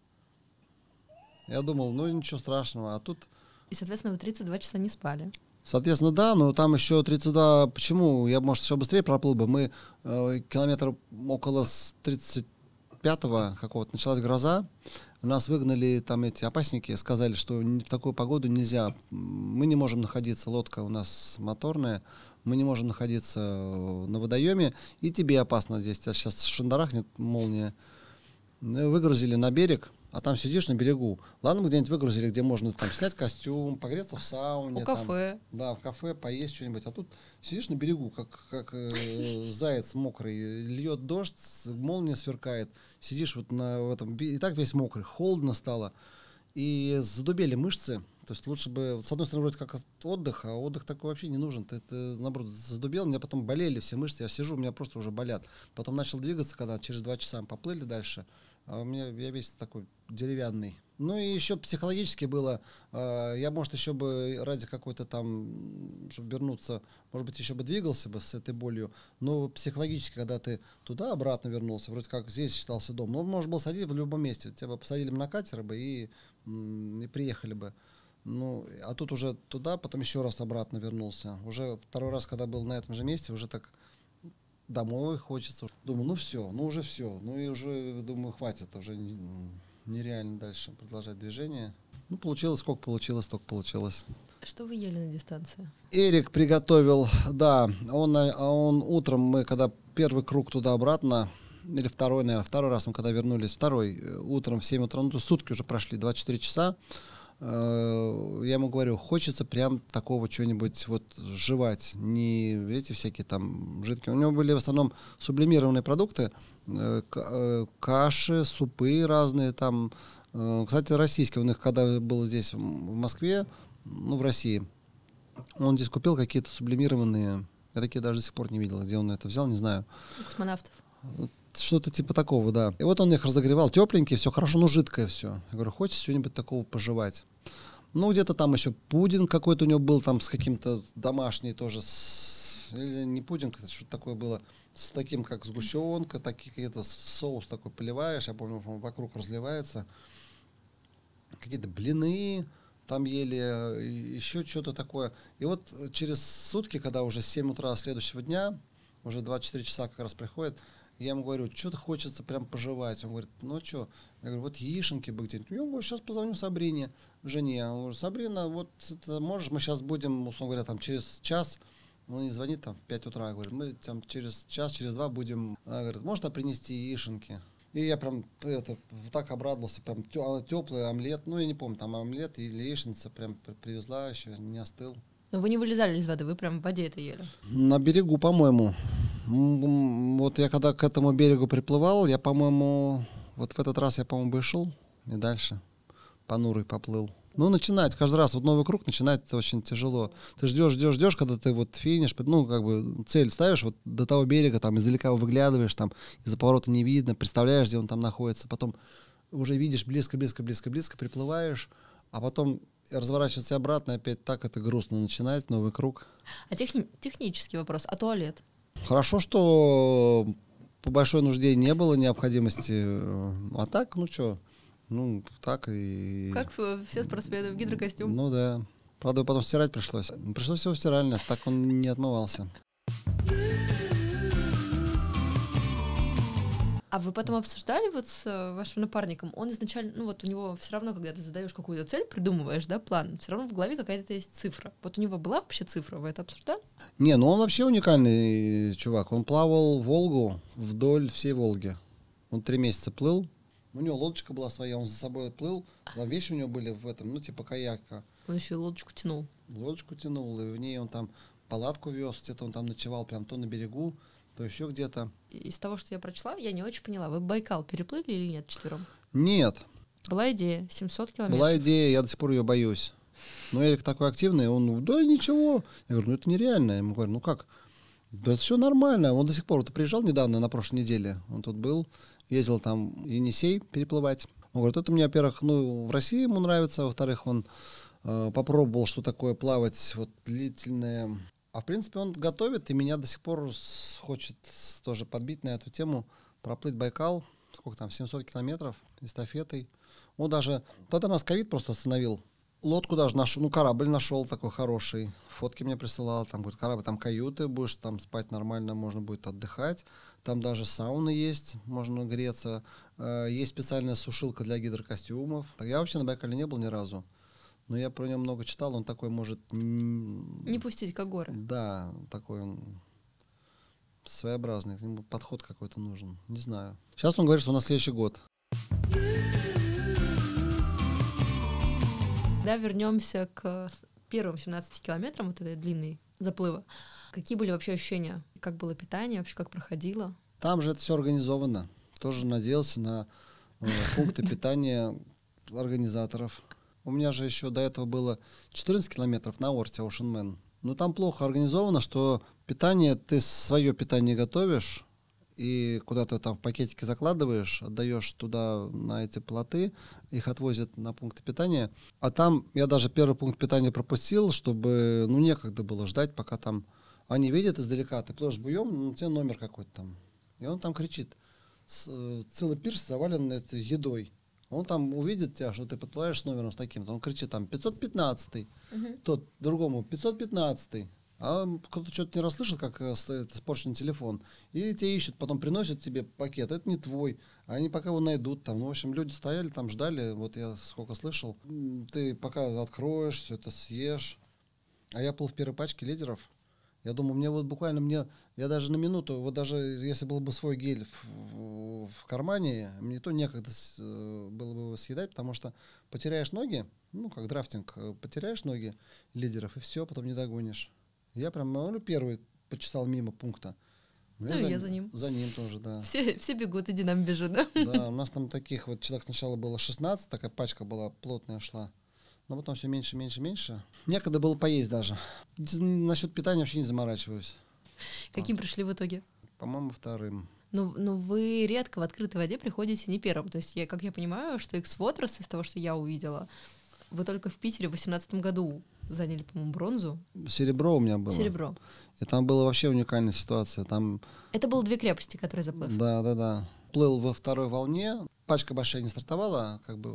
Speaker 1: Я думал, ничего страшного, а тут...
Speaker 2: И, соответственно, вы 32 часа не спали.
Speaker 1: Соответственно, да, но там еще 32... Почему? Я, может, еще быстрее проплыл бы. Мы километр около 35-го какого-то началась гроза. Нас выгнали эти опасники, сказали, что в такую погоду нельзя. Мы не можем находиться, лодка у нас моторная, мы не можем находиться на водоеме, и тебе опасно здесь. Тебя сейчас шандарахнет молния. Выгрузили на берег. А там сидишь на берегу. Ладно, мы где-нибудь выгрузили, где можно снять костюм, погреться в сауне.
Speaker 2: У кафе.
Speaker 1: Да, в кафе, поесть что-нибудь. А тут сидишь на берегу, как заяц мокрый. Льет дождь, молния сверкает. Сидишь в этом, и так весь мокрый. Холодно стало. И задубели мышцы. То есть лучше бы, с одной стороны, вроде как отдых, а отдых такой вообще не нужен. Ты наоборот, задубел, у меня потом болели все мышцы. Я сижу, у меня просто уже болят. Потом начал двигаться, когда через 2 часа поплыли дальше. А я весь такой деревянный. И еще психологически было, я, может, еще бы ради какой-то чтобы вернуться, может быть, еще бы двигался бы с этой болью, но психологически, когда ты туда-обратно вернулся, вроде как здесь считался дом, можно было садить в любом месте, тебя бы посадили бы на катер бы и приехали бы. А тут уже туда, потом еще раз обратно вернулся. Уже второй раз, когда был на этом же месте, уже так... Домой хочется. Думаю, уже все. И уже, думаю, хватит, уже нереально дальше продолжать движение. Ну, получилось, сколько получилось, столько получилось.
Speaker 2: Что вы ели на дистанции?
Speaker 1: Эрик приготовил, да, он утром, мы когда первый круг туда-обратно, или второй, наверное, второй раз мы когда вернулись, утром в 7 утра, ну, то сутки уже прошли, 24 часа, я ему говорю, хочется прям такого чего-нибудь вот жевать, не эти всякие там жидкие. У него были в основном сублимированные продукты, каши, супы разные там. Кстати, российские, у них когда был здесь в Москве, ну, в России, он здесь купил какие-то сублимированные, я такие даже до сих пор не видел, где он это взял, не знаю.
Speaker 2: У космонавтов.
Speaker 1: Что-то типа такого, да. И вот он их разогревал, тепленькие, все хорошо, но жидкое все. Я говорю, хочется что-нибудь такого пожевать. Ну, где-то там еще пудинг какой-то у него был, там с каким-то домашний тоже, или не пудинг, это что-то такое было, с таким, как сгущенка, какие-то соус такой поливаешь, я помню, он вокруг разливается. Какие-то блины там ели, еще что-то такое. И вот через сутки, когда уже 7 утра следующего дня, уже 24 часа как раз приходит, я ему говорю, что-то хочется прям пожевать. Он говорит, ну что? Я говорю, вот яишенки бы где-нибудь. Я говорю, сейчас позвоню Сабрине, жене. Я говорю, Сабрина, вот это можешь, мы сейчас будем, условно говоря, там через час, он не звонит там в 5 утра, говорит, мы там через час, через два будем, она говорит, можно принести яишенки? И я прям так обрадовался, прям она теплый омлет, ну я не помню, там омлет или яичница прям привезла, еще не остыл.
Speaker 2: Но вы не вылезали из воды, вы прям в воде это ели?
Speaker 1: На берегу, по-моему. Вот я когда к этому берегу приплывал, я, по-моему, вот в этот раз я, по-моему, вышел и дальше понурый поплыл. Ну, начинать каждый раз, вот новый круг начинать это очень тяжело. Ты ждешь, когда ты вот финиш, ну, как бы цель ставишь, вот до того берега, там, издалека выглядываешь, там, из-за поворота не видно, представляешь, где он там находится, потом уже видишь близко, приплываешь, а потом разворачиваться обратно, опять так это грустно начинать, новый круг.
Speaker 2: А технический вопрос, а туалет?
Speaker 1: Хорошо, что по большой нужде не было необходимости, а так, ну что, ну так и...
Speaker 2: Как все спортсмены в гидрокостюм?
Speaker 1: Ну да, правда, его потом стирать пришлось. Пришлось его в стиральное, так он не отмывался.
Speaker 2: А вы потом обсуждали вот с вашим напарником? Он изначально, ну вот у него все равно, когда ты задаешь какую-то цель, придумываешь, да, план, все равно в голове какая-то есть цифра. Вот у него была вообще цифра, вы это обсуждали?
Speaker 1: Не, ну он вообще уникальный чувак. Он плавал Волгу вдоль всей Волги. Он 3 месяца плыл. У него лодочка была своя, он за собой плыл. Там вещи у него были в этом, ну типа каяка.
Speaker 2: Он еще и лодочку тянул.
Speaker 1: Лодочку тянул, и в ней он там палатку вез, где-то он там ночевал прям то на берегу, то еще где-то.
Speaker 2: Из того, что я прочла, я не очень поняла, вы Байкал переплыли или нет вчетвером?
Speaker 1: Нет.
Speaker 2: Была идея, 700 километров.
Speaker 1: Была идея, я до сих пор ее боюсь. Но Эрик такой активный, он, да ничего. Я говорю, ну это нереально. Я ему говорю, ну как? Да это все нормально. Он до сих пор, вот приезжал недавно, на прошлой неделе, он тут был, ездил там Енисей переплывать. Он говорит, это мне, во-первых, ну в России ему нравится, во-вторых, он попробовал, что такое плавать вот длительное. А в принципе он готовит, и меня до сих пор хочет тоже подбить на эту тему, проплыть Байкал, сколько там, 700 километров эстафетой. Он даже, тогда нас ковид просто остановил. Лодку даже нашел, ну корабль нашел такой хороший, фотки мне присылал, там говорит, корабль, там каюты, будешь там спать нормально, можно будет отдыхать, там даже сауны есть, можно греться, есть специальная сушилка для гидрокостюмов. Я вообще на Байкале не был ни разу. Но я про него много читал, он такой может...
Speaker 2: Не пустить, как горы.
Speaker 1: Да, такой он своеобразный, к нему подход какой-то нужен, не знаю. Сейчас он говорит, что на следующий год.
Speaker 2: Да, вернемся к первым 17 километрам вот этой длинной заплыва. Какие были вообще ощущения? Как было питание, вообще как проходило?
Speaker 1: Там же это все организовано. Тоже надеялся на пункты питания организаторов. У меня же еще до этого было 14 километров на Орте, Ocean Man. Но там плохо организовано, что питание, ты свое питание готовишь и куда-то там в пакетике закладываешь, отдаешь туда на эти плоты, их отвозят на пункты питания. А там я даже первый пункт питания пропустил, чтобы, ну, некогда было ждать, пока там они видят издалека, ты плывешь буем, ну, тебе номер какой-то там. И он там кричит, целый пирс завален этой едой. Он там увидит тебя, что ты подплываешь с номером с таким-то. Он кричит там 515-й, тот другому 515-й. А кто-то что-то не расслышал, как стоит испорченный телефон, и те ищут, потом приносят тебе пакет, это не твой, они пока его найдут там. Ну, в общем, люди стояли там, ждали, вот я сколько слышал, ты пока откроешь, все это съешь. А я плыл в первой пачке лидеров. Я думаю, мне вот буквально, я даже на минуту, вот даже если был бы свой гель в кармане, мне то некогда было бы его съедать, потому что потеряешь ноги, ну, как драфтинг, потеряешь ноги лидеров, и все, потом не догонишь. Я прям, первый почесал мимо пункта.
Speaker 2: Ну, и я за ним.
Speaker 1: За ним тоже, да.
Speaker 2: Все бегут, иди нам бежи, да?
Speaker 1: Да, у нас там таких вот человек сначала было 16, такая пачка была плотная шла. Но потом все меньше, меньше, меньше. Некогда было поесть даже. Насчет питания вообще не заморачиваюсь.
Speaker 2: Каким пришли в итоге?
Speaker 1: По-моему, вторым.
Speaker 2: Но вы редко в открытой воде приходите не первым. То есть, как я понимаю, что X-Waters, из того, что я увидела, вы только в Питере в 2018 году заняли, по-моему, бронзу.
Speaker 1: Серебро у меня было.
Speaker 2: Серебро.
Speaker 1: И там была вообще уникальная ситуация. Там...
Speaker 2: Это было 2 крепости, которые заплыл.
Speaker 1: Да. Плыл во второй волне. Пачка большая не стартовала, как бы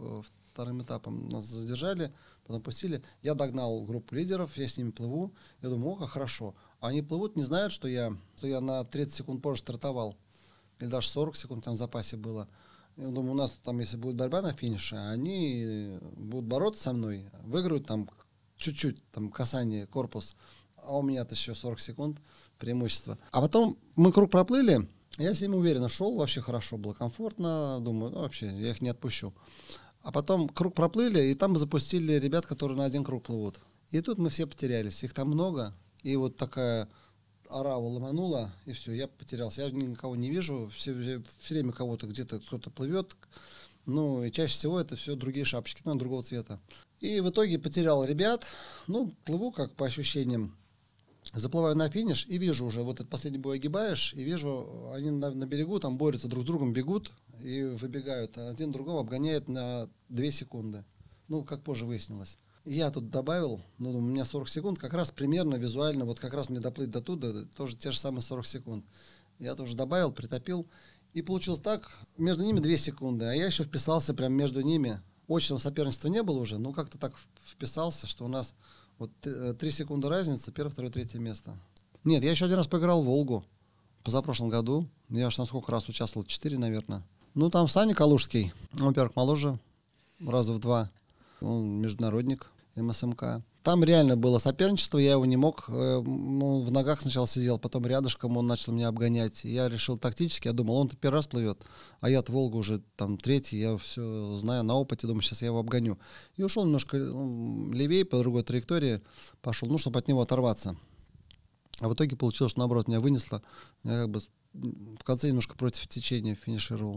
Speaker 1: вторым этапом нас задержали, потом пустили. Я догнал группу лидеров, я с ними плыву. Я думаю, как хорошо. А они плывут, не знают, что я на 30 секунд позже стартовал. Или даже 40 секунд там в запасе было. Я думаю, у нас там, если будет борьба на финише, они будут бороться со мной, выиграют там чуть-чуть, там касание, корпус. А у меня-то еще 40 секунд преимущество. А потом мы круг проплыли, я с ними уверенно шел, вообще хорошо, было комфортно. Думаю, вообще, я их не отпущу. А потом круг проплыли, и там запустили ребят, которые на один круг плывут. И тут мы все потерялись. Их там много. И вот такая орава ломанула, и все, я потерялся. Я никого не вижу. Все время кого-то где-то кто-то плывет. Ну, и чаще всего это все другие шапочки, ну, другого цвета. И в итоге потерял ребят. Ну, плыву, как по ощущениям. Заплываю на финиш и вижу уже, вот этот последний бой огибаешь, и вижу, они на берегу там борются друг с другом, бегут и выбегают. Один другого обгоняет на 2 секунды. Ну, как позже выяснилось. И я тут добавил, ну, у меня 40 секунд, как раз примерно визуально, вот как раз мне доплыть до туда, тоже те же самые 40 секунд. Я тоже добавил, притопил. И получилось так, между ними 2 секунды, а я еще вписался прям между ними. Очного соперничества не было уже, но как-то так вписался, что у нас... Вот 3 секунды разница, первое, второе, третье место. Нет, я еще один раз поиграл в Волгу. Позапрошлом году. Я уж там сколько раз участвовал, 4, наверное. Ну, там Саня Калужский. Он, во-первых, моложе, раза в 2. Он международник, МСМК. Там реально было соперничество, я его не мог. Он в ногах сначала сидел, потом рядышком он начал меня обгонять. Я решил тактически, я думал, он-то первый раз плывет, а я-то Волгу уже там третий, я все знаю на опыте, думаю, сейчас я его обгоню. И ушел немножко левее, по другой траектории пошел, ну, чтобы от него оторваться. А в итоге получилось, что наоборот меня вынесло. Я как бы в конце немножко против течения финишировал.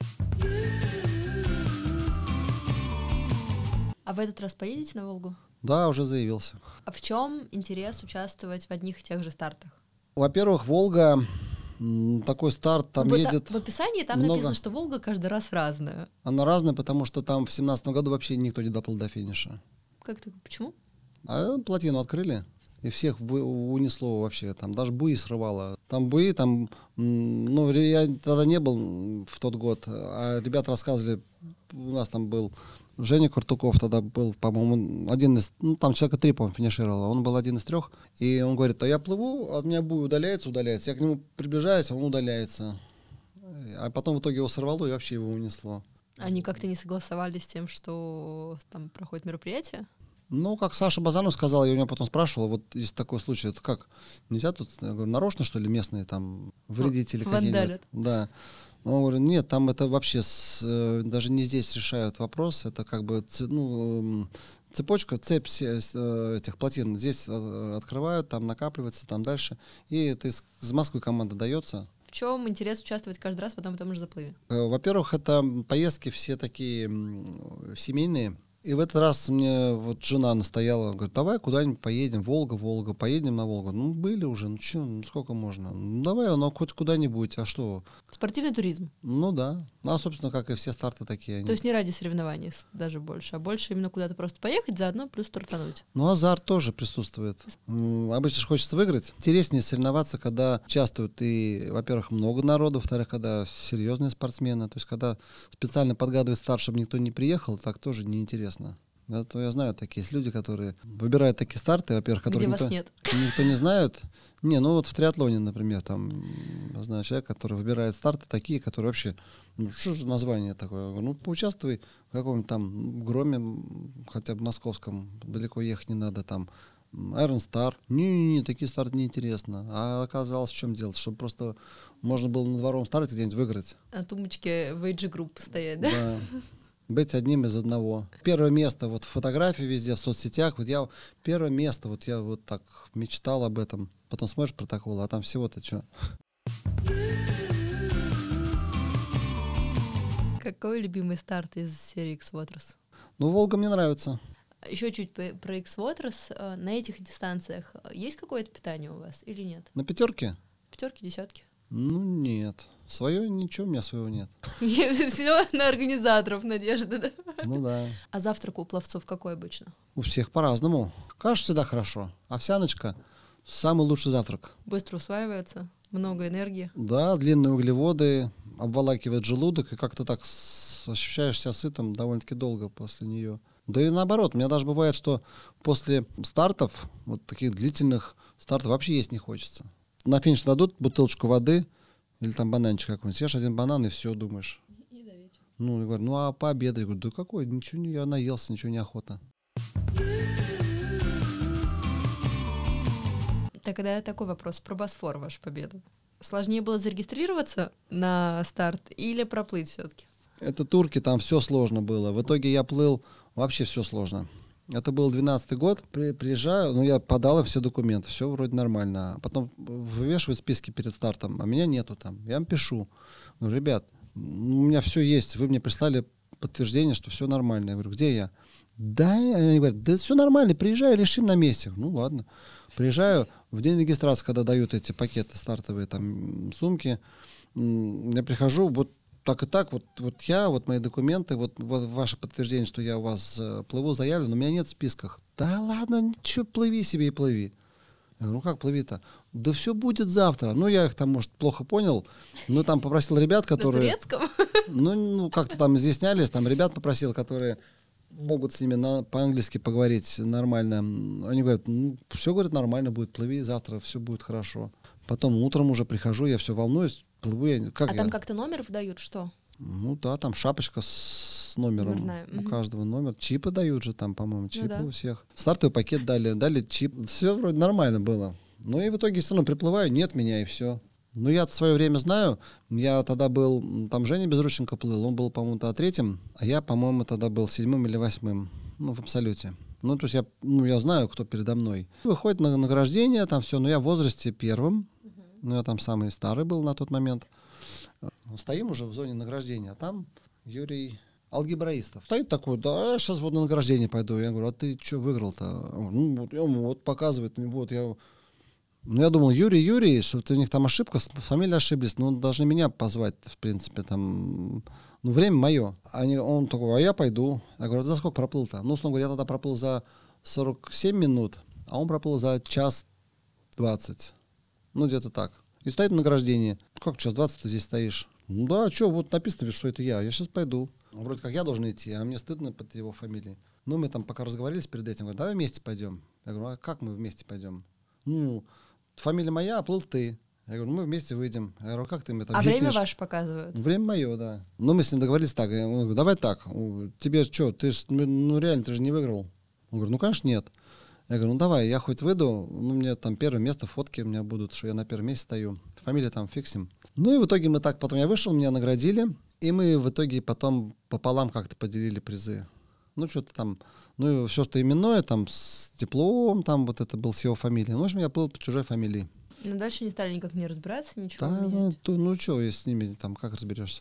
Speaker 2: А в этот раз поедете на Волгу?
Speaker 1: Да, уже заявился.
Speaker 2: А в чем интерес участвовать в одних и тех же стартах?
Speaker 1: Во-первых, Волга, такой старт, там едет...
Speaker 2: В описании там
Speaker 1: много...
Speaker 2: написано, что Волга каждый раз разная.
Speaker 1: Она разная, потому что там в 2017 году вообще никто не доплыл до финиша.
Speaker 2: Как так? Почему?
Speaker 1: А плотину открыли, и всех унесло вообще. Там даже буи срывало. Там буи, там... Ну, я тогда не был в тот год, а ребята рассказывали, у нас там был... Женя Куртуков тогда был, по-моему, один из... Ну, там человека 3, по-моему, финишировал. Он был один из 3. И он говорит, а я плыву, от меня буй удаляется. Я к нему приближаюсь, а он удаляется. А потом в итоге его сорвало и вообще его унесло.
Speaker 2: Они как-то не согласовались с тем, что там проходит мероприятие?
Speaker 1: Ну, как Саша Базанов сказал, я у него потом спрашивал, вот если такой случай, это как? Нельзя тут, я говорю, нарочно, что ли, местные там вредители какие-нибудь? Да. Он говорит, нет, там это вообще даже не здесь решают вопрос, это как бы цепочка, цепь этих плотин здесь открывают, там накапливается, там дальше, и это из Москвы команда дается.
Speaker 2: В чем интерес участвовать каждый раз в одном и том же заплыве?
Speaker 1: Во-первых, это поездки все такие семейные. И в этот раз мне вот жена настояла, говорит, давай куда-нибудь поедем, Волга, поедем на Волгу. Ну, были уже, ну что, ну сколько можно? Ну, давай, ну, хоть куда-нибудь, а что?
Speaker 2: Спортивный туризм?
Speaker 1: Ну, да. Ну, а, собственно, как и все старты такие.
Speaker 2: То есть не ради соревнований даже больше, а больше именно куда-то просто поехать, заодно плюс стартануть?
Speaker 1: Ну, азарт тоже присутствует. Обычно же хочется выиграть. Интереснее соревноваться, когда участвуют и, во-первых, много народу, во-вторых, когда серьезные спортсмены. То есть, когда специально подгадывает старт, чтобы никто не приехал, так тоже неинтересно. Это я знаю, такие есть люди, которые выбирают такие старты, во-первых, которые
Speaker 2: Где вас нет.
Speaker 1: никто не знает. Не, ну вот в триатлоне, например, там, я знаю человека, который выбирает старты такие, которые вообще, ну что же название такое? Я говорю, ну поучаствуй в каком-нибудь там громе, хотя бы московском, далеко ехать не надо, там, Iron Star. Не, такие старты неинтересно. А оказалось, в чем дело? Чтобы просто можно было на дворовом старте где-нибудь выиграть.
Speaker 2: На тумбочке в Age Group стоять, да?
Speaker 1: Да. Быть одним из одного. Первое место вот в фотографии везде, в соцсетях. Вот я первое место, вот я вот так мечтал об этом. Потом смотришь протокол, а там всего-то что?
Speaker 2: Какой любимый старт из серии X-Waters?
Speaker 1: Ну, Волга мне нравится.
Speaker 2: Еще чуть про X-Waters. На этих дистанциях есть какое-то питание у вас или нет?
Speaker 1: На пятерке?
Speaker 2: Пятерки, десятки?
Speaker 1: Ну, нет. Свое ничего, у меня своего нет.
Speaker 2: Все на организаторов надежда, да?
Speaker 1: Ну да.
Speaker 2: А завтрак у пловцов какой обычно?
Speaker 1: У всех по-разному. Каша всегда хорошо. Овсяночка — самый лучший завтрак.
Speaker 2: Быстро усваивается, много энергии.
Speaker 1: Да, длинные углеводы, обволакивает желудок, и как-то так ощущаешь себя сытым довольно-таки долго после нее. Да и наоборот, у меня даже бывает, что после стартов, вот таких длительных стартов, вообще есть не хочется. На финиш дадут бутылочку воды или там бананчик какой-нибудь, съешь один банан и все, думаешь.
Speaker 2: И до вечера.
Speaker 1: Ну, я говорю, ну а пообедать? Я говорю, да какой, ничего не, я наелся, ничего не охота.
Speaker 2: Тогда такой вопрос про Босфор, вашу победу. Сложнее было зарегистрироваться на старт или проплыть все-таки?
Speaker 1: Это турки, там все сложно было. В итоге я плыл, вообще все сложно. Это был 12-й год, приезжаю, ну я подал им все документы, все вроде нормально. А потом вывешивают списки перед стартом, а меня нету там. Я им пишу, говорю, ребят, у меня все есть, вы мне прислали подтверждение, что все нормально. Я говорю, где я? Да, они говорят, да все нормально, приезжай, решим на месте. Ну ладно. Приезжаю, в день регистрации, когда дают эти пакеты стартовые, там, сумки, я прихожу, вот так и так, вот я, вот мои документы, вот ваше подтверждение, что я у вас плыву, заявлен, у меня нет в списках. Да ладно, ничего, плыви себе и плыви. Я говорю, ну как плыви-то? Да все будет завтра. Ну, я их там, может, плохо понял, но там попросил ребят, которые...
Speaker 2: На турецком?
Speaker 1: Ну, как-то там изъяснялись, там ребят попросил, которые могут с ними по-английски поговорить нормально. Они говорят, ну, все, говорят, нормально будет, плыви, завтра все будет хорошо. Потом утром уже прихожу, я все волнуюсь, плыву я. Как
Speaker 2: там как-то номер выдают, что?
Speaker 1: Ну да, там шапочка с номером.
Speaker 2: Номерная.
Speaker 1: У каждого номер. Чипы дают же там, по-моему, чипы
Speaker 2: да.
Speaker 1: у всех. Стартовый пакет дали чип. Все вроде нормально было. Ну и в итоге все равно приплываю, нет меня и все. Ну я в свое время знаю, я тогда был, там Женя Безрученко плыл, он был, по-моему, тогда третьим, а я, по-моему, тогда был 7-м или 8-м, ну в абсолюте. Ну то есть я знаю, кто передо мной. Выходит на награждение, там все, но я в возрасте первым, ну я там самый старый был на тот момент. Стоим уже в зоне награждения, а там Юрий Алгебраистов. Стоит такой, да, сейчас вот на награждение пойду. Я говорю, а ты что выиграл-то? Ну, вот, вот показывает, вот я... Ну, я думал, Юрий, что у них там ошибка, фамилия ошиблись, ну, должны меня позвать, в принципе, там, ну, время мое. Он такой, а я пойду. Я говорю, за сколько проплыл-то? Ну, условно говоря, я тогда проплыл за 47 минут, а он проплыл за час 20. Ну, где-то так. И стоит на награждении. Как час 20 ты здесь стоишь? Ну, да, что, вот написано, что это я сейчас пойду. Вроде как я должен идти, а мне стыдно под его фамилией. Ну, мы там пока разговаривались перед этим, говорю, давай вместе пойдем. Я говорю, а как мы вместе пойдем? Ну, фамилия моя, а плыл ты. Я говорю, мы вместе выйдем. Я говорю, как ты мне там объяснишь?
Speaker 2: Время ваше показывают?
Speaker 1: Время мое, да. Ну, мы с ним договорились так. Я говорю, давай так, тебе что, ты ж, ну реально, ты же не выиграл. Он говорит, ну, конечно, нет. Я говорю, ну, давай, я хоть выйду, ну, мне там первое место, фотки у меня будут, что я на первом месте стою. Фамилия там фиксим. Ну, и в итоге мы так, потом я вышел, меня наградили, и мы в итоге потом пополам как-то поделили призы. Ну, что-то там, ну, и все, что именное, там, с дипломом, там, вот это был с его фамилией. Ну, в общем, я плыл по чужой фамилии.
Speaker 2: Но дальше не стали никак не разбираться, ничего
Speaker 1: да,
Speaker 2: менять.
Speaker 1: ну, что, если с ними, там, как разберешься?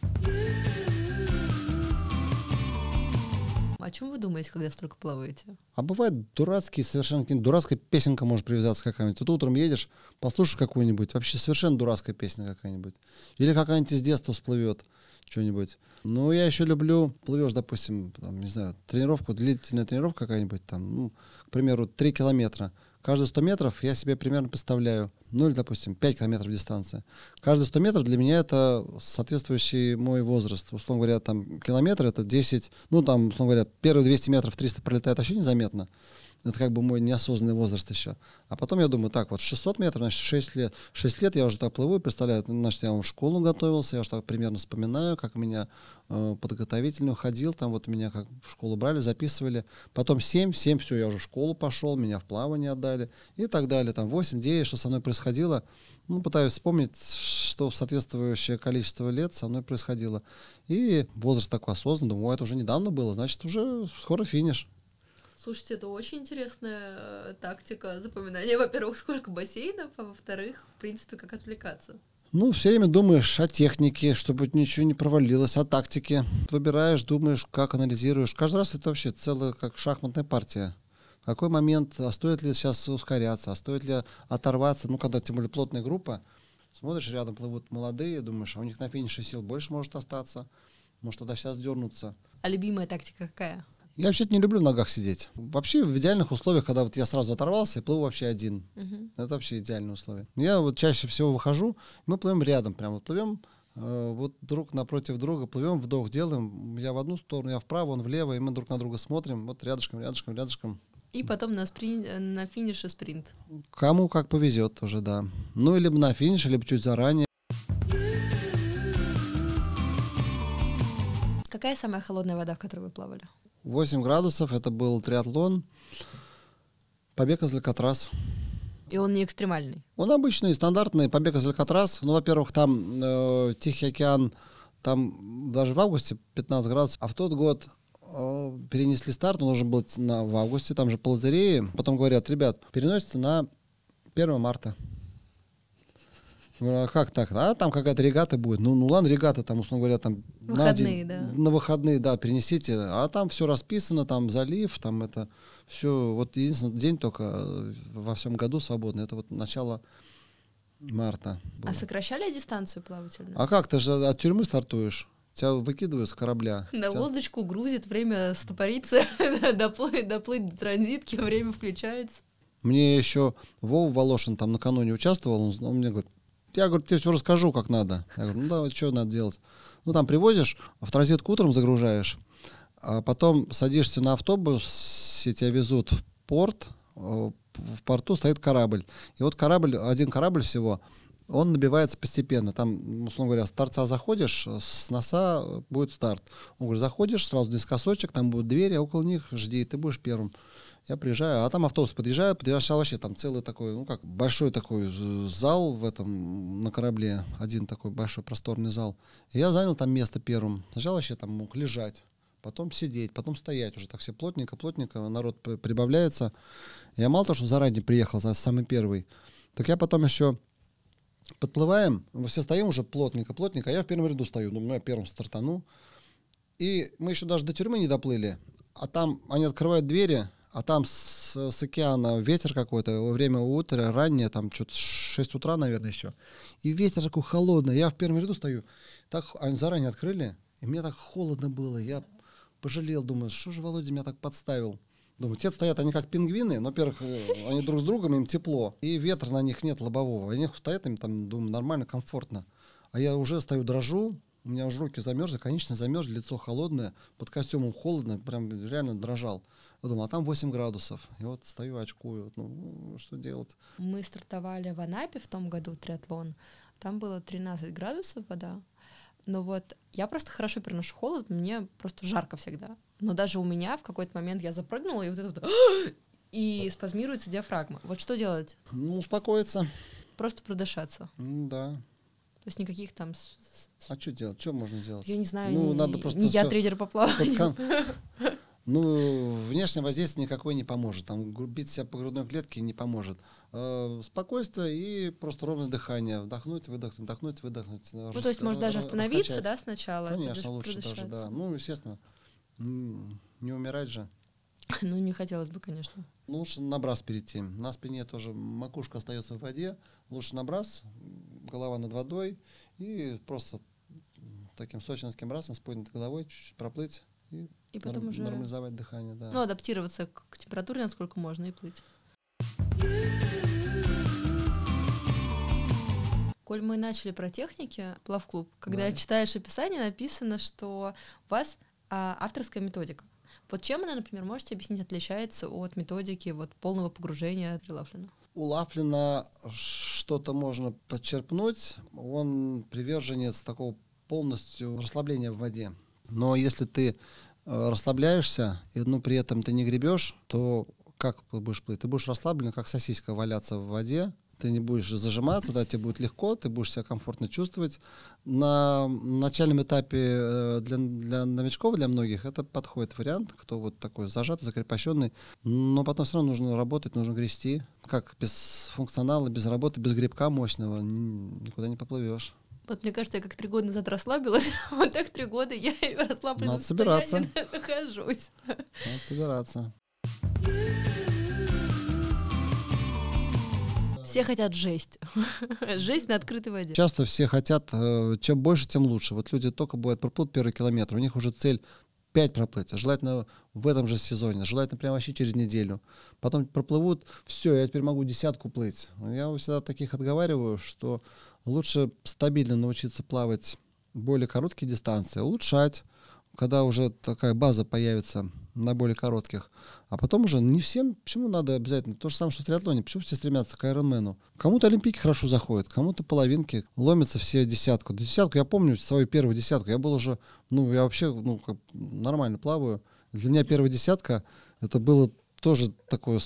Speaker 2: О чем вы думаете, когда столько плаваете?
Speaker 1: А бывает дурацкие, совершенно дурацкая песенка может привязаться какая-нибудь. Тут утром едешь, послушаешь какую-нибудь, вообще совершенно дурацкая песня какая-нибудь. Или какая-нибудь из детства всплывет что-нибудь. Ну, я еще люблю, плывешь, допустим, там, не знаю, тренировку, длительная тренировка какая-нибудь, там, ну, к примеру, 3 километра. каждые 100 метров я себе примерно представляю, ну или, допустим, 5 километров дистанция. Каждые 100 метров для меня это соответствующий мой возраст. Условно говоря, там километр это 10, ну там, условно говоря, первые 200 метров 300 пролетает вообще незаметно. Это как бы мой неосознанный возраст еще. А потом я думаю, так, вот 600 метров, значит, 6 лет. 6 лет я уже так плыву и представляю, значит, я в школу готовился, я уже так примерно вспоминаю, как меня подготовительно ходил, там вот меня как в школу брали, записывали. Потом 7, все, я уже в школу пошел, меня в плавание отдали и так далее. Там 8, 9, что со мной происходило. Ну, пытаюсь вспомнить, что в соответствующее количество лет со мной происходило. И возраст такой осознанный, думаю, это уже недавно было, значит, уже скоро финиш.
Speaker 2: Слушайте, это очень интересная тактика запоминания. Во-первых, сколько бассейнов, а во-вторых, в принципе, как отвлекаться.
Speaker 1: Ну, все время думаешь о технике, чтобы ничего не провалилось, о тактике. Выбираешь, думаешь, как анализируешь. Каждый раз это вообще целая как шахматная партия. В какой момент, а стоит ли сейчас ускоряться, а стоит ли оторваться, ну, когда тем более плотная группа, смотришь, рядом плывут молодые, думаешь, а у них на финише сил больше может остаться, может тогда сейчас дернуться.
Speaker 2: А любимая тактика какая?
Speaker 1: Я вообще-то не люблю в ногах сидеть. Вообще в идеальных условиях, когда вот я сразу оторвался и плыву вообще один. Это вообще идеальные условия. Я вот чаще всего выхожу, мы плывем рядом, прям вот плывем вот друг напротив друга, плывем, вдох делаем, я в одну сторону, я вправо, он влево, и мы друг на друга смотрим, вот рядышком, рядышком, рядышком.
Speaker 2: И потом на финише спринт.
Speaker 1: Кому как повезет уже, да. Ну, либо на финише, либо чуть заранее.
Speaker 2: Какая самая холодная вода, в которой вы плавали?
Speaker 1: 8 градусов, это был триатлон, побег из Алькатрас.
Speaker 2: И он не экстремальный?
Speaker 1: Он обычный, стандартный побег из Алькатрас. Ну, во-первых, там Тихий океан, там даже в августе 15 градусов. А в тот год перенесли старт, он должен был в августе, там же по лотерее. Потом говорят, ребят, переносится на 1 марта. А как так? А там какая-то регата будет. Ну ладно, регата, там, условно говоря, там
Speaker 2: выходные,
Speaker 1: на выходные, да, перенесите. А там все расписано, там залив, там это все. Вот единственный день только во всем году свободный. Это вот начало марта было.
Speaker 2: А сокращали дистанцию плавательную?
Speaker 1: А как? Ты же от тюрьмы стартуешь. Тебя выкидывают с корабля.
Speaker 2: На лодочку грузит, время стопорится, доплыть до транзитки, время включается.
Speaker 1: Мне еще Вова Волошин там накануне участвовал, он мне говорит, я, говорю, тебе все расскажу, как надо. Я говорю, ну давай, что надо делать? Ну там привозишь, в транзитку утром загружаешь, а потом садишься на автобус, и тебя везут в порт, в порту стоит корабль. И вот один корабль всего, он набивается постепенно. Там, условно говоря, с торца заходишь, с носа будет старт. Он говорит, заходишь, сразу наискосочек, там будут двери, а около них жди, ты будешь первым. Я приезжаю, а там автобус подъезжаешь, вообще там целый такой, ну как, большой такой зал в этом, на корабле, один такой большой просторный зал. И я занял там место первым. Сначала вообще там мог лежать, потом сидеть, потом стоять уже так все плотненько, народ прибавляется. Я мало того, что заранее приехал, самый первый, так я потом еще подплываем, мы все стоим уже плотненько, а я в первом ряду стою, думаю, я первым стартану. И мы еще даже до тюрьмы не доплыли, а там они открывают двери, а там с океана ветер какой-то, во время утра, раннее, там что-то 6 утра, наверное, еще. И ветер такой холодный. Я в первом ряду стою. Так они заранее открыли, и мне так холодно было. Я пожалел, думаю, что же Володя меня так подставил. Думаю, те стоят, они как пингвины, но, во-первых, они друг с другом, им тепло, и ветра на них нет лобового. Они стоят, им там, думаю, нормально, комфортно. А я уже стою, дрожу, у меня уже руки замерзли, конечно, замерзли, лицо холодное, под костюмом холодно, прям реально дрожал. Я думал, а там 8 градусов. И вот стою, очкую. Ну, что делать?
Speaker 2: Мы стартовали в Анапе в том году триатлон. Там было 13 градусов вода. Но вот я просто хорошо переношу холод, мне просто жарко всегда. Но даже у меня в какой-то момент я запрыгнула, и вот это вот... И спазмируется диафрагма. Вот что делать?
Speaker 1: Ну, успокоиться.
Speaker 2: Просто продышаться.
Speaker 1: Да.
Speaker 2: То есть никаких там...
Speaker 1: А что делать? Что можно сделать?
Speaker 2: Я не знаю,
Speaker 1: ну, надо просто
Speaker 2: не я тренер по плаванию.
Speaker 1: Ну, внешнее воздействие никакое не поможет. Там бить себя по грудной клетке не поможет. Спокойствие и просто ровное дыхание. Вдохнуть, выдохнуть, вдохнуть, выдохнуть.
Speaker 2: Ну, то есть, может, даже остановиться, да, сначала?
Speaker 1: Конечно, лучше даже, да. Ну, естественно, не умирать же.
Speaker 2: Ну, не хотелось бы, конечно.
Speaker 1: Ну, лучше на брас перейти. На спине тоже макушка остается в воде. Лучше на брас, голова над водой. И просто таким сочинским брасом с поднятой головой чуть-чуть проплыть. И потом уже нормализовать дыхание, да.
Speaker 2: Ну, адаптироваться к температуре, насколько можно, и плыть. Коль мы начали про техники, плавклуб, когда
Speaker 1: Да.
Speaker 2: читаешь описание, написано, что у вас авторская методика. Вот чем она, например, можете объяснить, отличается от методики вот, полного погружения Лафлина?
Speaker 1: У Лафлина что-то можно подчерпнуть. Он приверженец такого полностью расслабления в воде. Но если ты расслабляешься, и при этом ты не гребешь, то как ты будешь плыть? Ты будешь расслаблен, как сосиска, валяться в воде. Ты не будешь зажиматься, да, тебе будет легко, ты будешь себя комфортно чувствовать. На начальном этапе для новичков, для многих, это подходит вариант, кто вот такой зажатый, закрепощенный. Но потом все равно нужно работать, нужно грести. Как без функционала, без работы, без гребка мощного никуда не поплывешь.
Speaker 2: Вот мне кажется, я как 3 года назад расслабилась, вот так 3 года я и в расслабленном
Speaker 1: Надо собираться.
Speaker 2: состоянии нахожусь.
Speaker 1: Надо собираться.
Speaker 2: Все хотят жесть. Жесть на открытой воде.
Speaker 1: Часто все хотят, чем больше, тем лучше. Вот люди только бывает проплывут первый километр, у них уже цель 5 проплыть, желательно в этом же сезоне, желательно прямо вообще через неделю. Потом проплывут, все, я теперь могу 10 плыть. Я всегда таких отговариваю, что лучше стабильно научиться плавать более короткие дистанции, улучшать, когда уже такая база появится на более коротких. А потом уже не всем, почему надо обязательно, то же самое, что в триатлоне, почему все стремятся к айронмену. Кому-то олимпийки хорошо заходят, кому-то половинки, ломятся все десятку. До десятку я помню свою первую десятку, я был уже, я вообще, нормально плаваю. Для меня первая десятка, это было тоже такое,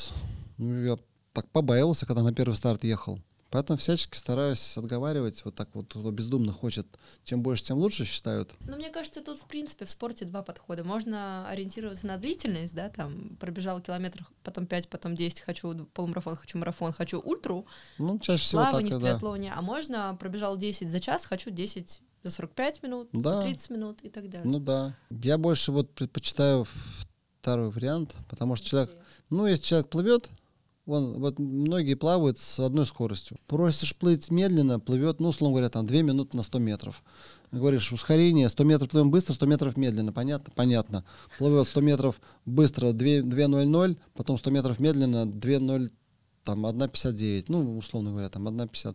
Speaker 1: я так побаивался, когда на первый старт ехал. Поэтому всячески стараюсь отговаривать, вот так вот, кто бездумно хочет, чем больше, тем лучше считают.
Speaker 2: Ну, мне кажется, тут, в принципе, в спорте 2 подхода. Можно ориентироваться на длительность, да, там, пробежал километр, потом 5, потом 10, хочу полумарафон, хочу марафон, хочу ультру,
Speaker 1: Чаще всего
Speaker 2: плавание
Speaker 1: так,
Speaker 2: в триатлоне, а можно пробежал 10 за час, хочу 10 за 45 минут,
Speaker 1: Да.
Speaker 2: за 30 минут и так далее.
Speaker 1: Ну да. Я больше предпочитаю второй вариант, потому что человек, если человек плывет, вот многие плавают с одной скоростью. Просишь плыть медленно, плывет, условно говоря, 2 минуты на 100 метров. Говоришь, ускорение, 100 метров плывем быстро, 100 метров медленно, понятно. Плывет 100 метров быстро, 2:00, потом 100 метров медленно, 2:0, 1:59, условно говоря, 1:50.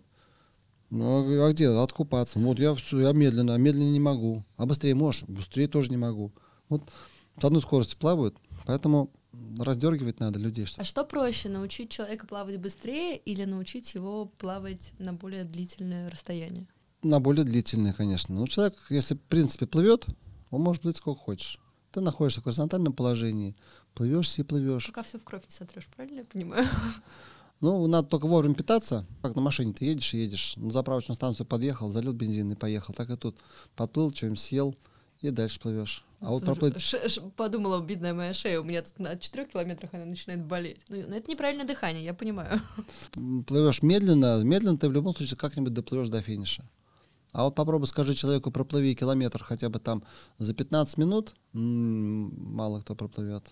Speaker 1: А где? Откупаться. Я медленно, медленно не могу. А быстрее можешь? Быстрее тоже не могу. Вот с одной скоростью плавают, поэтому раздергивать надо людей.
Speaker 2: А что проще, научить человека плавать быстрее или научить его плавать на более длительное расстояние?
Speaker 1: На более длительные, конечно. Человек, если в принципе плывет, он может плыть сколько хочешь. Ты находишься в горизонтальном положении, плывешь и плывешь.
Speaker 2: Пока все в кровь не сотрешь, правильно я понимаю?
Speaker 1: Надо только вовремя питаться. Как на машине ты едешь, на заправочную станцию подъехал, залил бензин и поехал. Так и тут подплыл, что-нибудь съел и дальше плывешь. А вот проплыть...
Speaker 2: Подумала, бедная моя шея, у меня тут на 4 километрах она начинает болеть. Но это неправильное дыхание, я понимаю.
Speaker 1: Плывешь медленно ты в любом случае как-нибудь доплывешь до финиша. А вот попробуй скажи человеку, проплыви километр хотя бы за 15 минут, мало кто проплывет.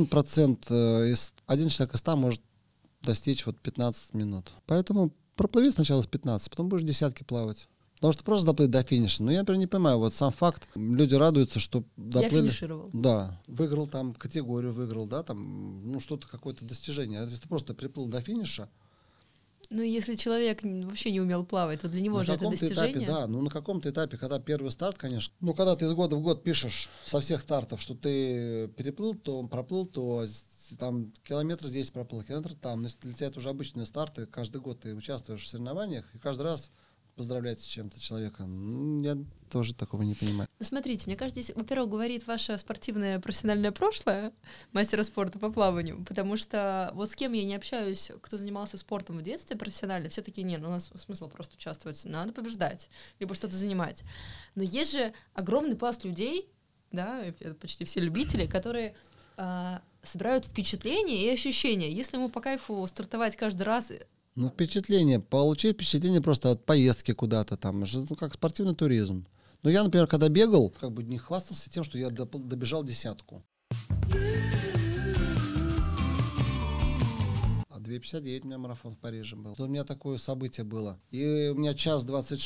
Speaker 1: 1% один человек из 100 может достичь 15 минут. Поэтому проплыви сначала с 15, потом будешь десятки плавать. Потому что просто доплыть до финиша. Я, например, не понимаю, сам факт, люди радуются, что доплыли.
Speaker 2: Я финишировал.
Speaker 1: Да, выиграл категорию, что-то, какое-то достижение. А если ты просто приплыл до финиша.
Speaker 2: Если человек вообще не умел плавать, то для него же это достижение.
Speaker 1: Этапе, на каком-то этапе, когда первый старт, конечно, когда ты из года в год пишешь со всех стартов, что ты переплыл, то проплыл, то километр здесь проплыл, километр там. Если для тебя это уже обычные старты, каждый год ты участвуешь в соревнованиях, и каждый раз поздравлять с чем-то человека. Я тоже такого не понимаю.
Speaker 2: Смотрите, мне кажется, здесь, во-первых, говорит ваше спортивное профессиональное прошлое мастера спорта по плаванию, потому что вот с кем я не общаюсь, кто занимался спортом в детстве профессионально, все-таки у нас смысл просто участвовать, надо побеждать, либо что-то занимать. Но есть же огромный пласт людей, да, почти все любители, которые собирают впечатления и ощущения. Если ему по кайфу стартовать каждый раз...
Speaker 1: Получить впечатление просто от поездки куда-то как спортивный туризм. Я, например, когда бегал, не хвастался тем, что я добежал десятку. А 2:59 у меня марафон в Париже был. У меня такое событие было. И у меня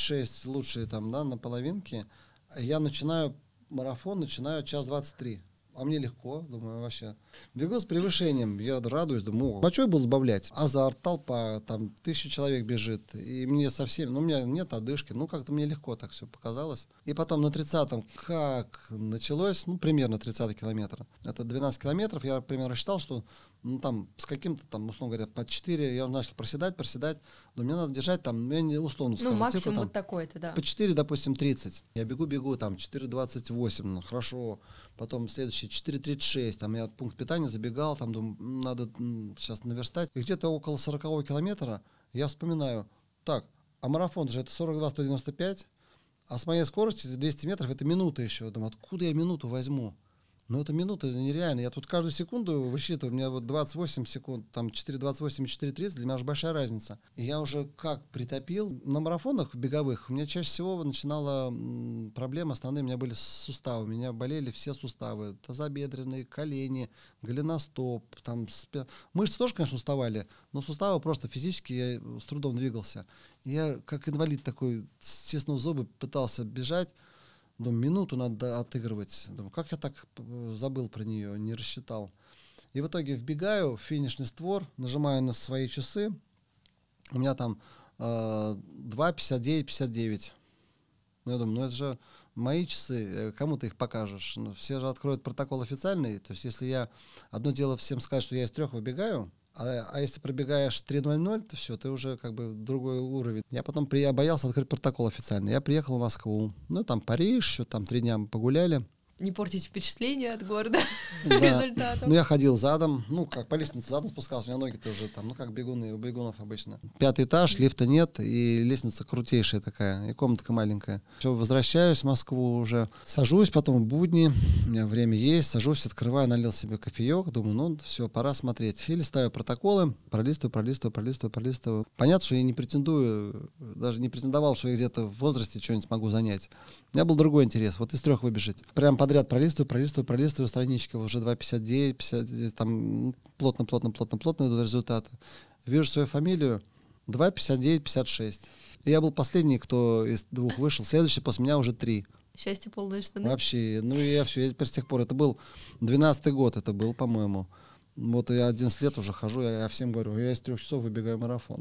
Speaker 1: 1:26 лучшие на половинке. Я начинаю марафон, 1:23. А мне легко, думаю, вообще. Бегу с превышением, я радуюсь, думаю, а что я буду сбавлять? Азарт, толпа, там 1000 человек бежит, и мне совсем, ну, у меня нет одышки, ну, как-то мне легко так все показалось. И потом на 30-м, как началось, ну, примерно 30 километр. Это 12 километров, я примерно рассчитал, что, ну, там, с каким-то, там, условно говоря, по 4, я начал проседать, но мне надо держать, там, я не условно скажу,
Speaker 2: Ну, максимум
Speaker 1: цифру, там,
Speaker 2: вот такой-то, да.
Speaker 1: по 4, допустим, 30. Я бегу, там, 4,28, ну, хорошо. Потом следующий 4,36. Там я в пункт питания забегал, там, думаю, надо сейчас наверстать. И где-то около 40-го километра я вспоминаю, так, а марафон же это 42-195, а с моей скоростью 200 метров это минута еще. Думаю, откуда я минуту возьму? Ну, это минута, это нереально. Я тут каждую секунду высчитываю, у меня вот 28 секунд, там 4,28 и 4,30, для меня уже большая разница. И я уже как притопил. На марафонах беговых у меня чаще всего начинала проблема, основные у меня были суставы. У меня болели все суставы, тазобедренные, колени, голеностоп. Там мышцы тоже, конечно, уставали, но суставы просто физически я с трудом двигался. И я как инвалид такой, стиснув зубы, пытался бежать. Думаю, минуту надо отыгрывать. Думаю, как я так забыл про нее, не рассчитал. И в итоге вбегаю в финишный створ, нажимаю на свои часы. У меня там 2:59:59. Ну, я думаю, ну это же мои часы, кому ты их покажешь? Ну, все же откроют протокол официальный. То есть если я одно дело всем сказать, что я из 3 выбегаю, а если пробегаешь 3:00, то все, ты уже как бы другой уровень. Я потом боялся открыть протокол официальный. Я приехал в Москву. Ну, там Париж, еще там 3 дня мы погуляли.
Speaker 2: Не портить впечатление от города
Speaker 1: Да.
Speaker 2: результатом.
Speaker 1: Ну, я ходил задом, ну, как по лестнице задом спускался, у меня ноги-то уже там, ну, как бегуны, у бегунов обычно. 5-й этаж, лифта нет, и лестница крутейшая такая, и комнатка маленькая. Все, возвращаюсь в Москву уже, сажусь, потом в будни, у меня время есть, сажусь, открываю, налил себе кофеек, думаю, ну, все, пора смотреть. И листаю протоколы, пролистываю. Понятно, что я не претендую, даже не претендовал, что я где-то в возрасте что-нибудь смогу занять. У меня был другой интерес, вот из 3 выбежать. Прям подряд пролистываю странички, уже 2:59, 59, там плотно идут результаты. Вижу свою фамилию, 2:59:56. И я был последний, кто из 2 вышел, следующий после меня уже 3.
Speaker 2: Счастье полное штаны.
Speaker 1: Вообще, ну и я все, я теперь с тех пор, это был 12-й год, это был, по-моему. Вот я 11 лет уже хожу, я всем говорю, я из 3 часов выбегаю марафон.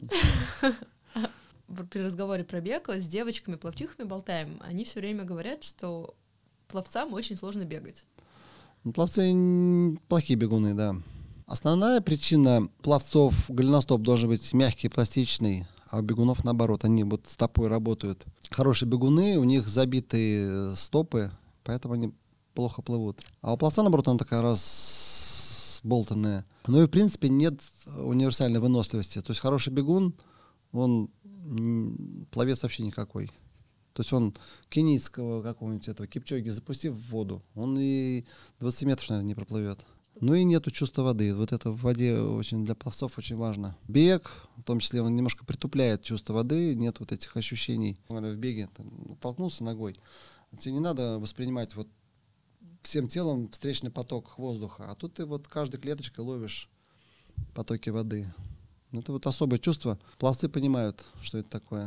Speaker 2: При разговоре про бег с девочками, пловчихами болтаем, они все время говорят, что пловцам очень сложно бегать.
Speaker 1: Ну, пловцы плохие бегуны, да. Основная причина пловцов голеностоп должен быть мягкий, пластичный, а у бегунов наоборот, они вот стопой работают. Хорошие бегуны, у них забитые стопы, поэтому они плохо плывут. А у пловца, наоборот, она такая разболтанная. Ну и, в принципе, нет универсальной выносливости. То есть хороший бегун, он пловец вообще никакой. То есть он кенийского какого-нибудь этого Кипчоги запустив в воду, он и 20 метров, наверное, не проплывет. Ну и нету чувства воды. Вот это в воде очень для пловцов очень важно. Бег, в том числе, он немножко притупляет чувство воды, нет вот этих ощущений. В беге толкнулся ногой, тебе не надо воспринимать вот всем телом встречный поток воздуха, а тут ты вот каждой клеточкой ловишь потоки воды. Это вот особое чувство. Пловцы понимают, что это такое.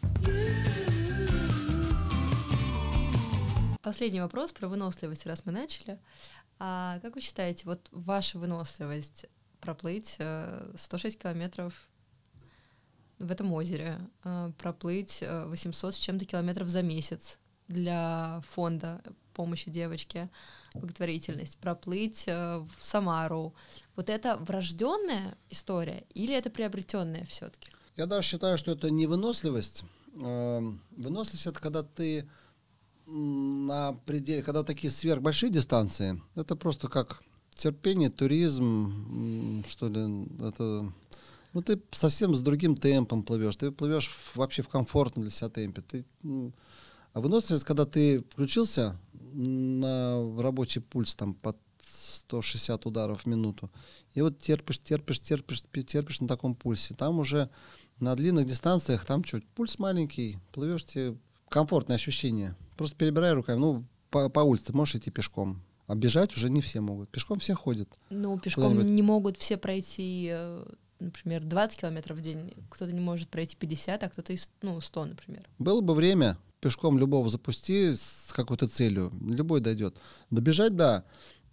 Speaker 2: Последний вопрос про выносливость, раз мы начали. А как вы считаете, вот ваша выносливость проплыть 106 километров в этом озере, проплыть 800 с чем-то километров за месяц для фонда помощи девочке, благотворительность, проплыть в Самару, вот это врожденная история или это приобретенная все-таки?
Speaker 1: Я даже считаю, что это не выносливость. Выносливость — это когда ты на пределе, когда такие сверхбольшие дистанции, это просто как терпение, туризм, что ли, это, ну, ты совсем с другим темпом плывешь, ты плывешь вообще в комфортном для себя темпе. А выносливость, когда ты включился на рабочий пульс там под 160 ударов в минуту, и вот терпишь на таком пульсе, там уже на длинных дистанциях, там что, пульс маленький, плывешь, тебе комфортное ощущение. Просто перебирай руками. Ну, по улице ты можешь идти пешком. А бежать уже не все могут. Пешком все ходят.
Speaker 2: Ну, пешком не могут все пройти, например, 20 километров в день. Кто-то не может пройти 50, а кто-то 100, например.
Speaker 1: Было бы время, пешком любого запусти с какой-то целью. Любой дойдет. Добежать, да.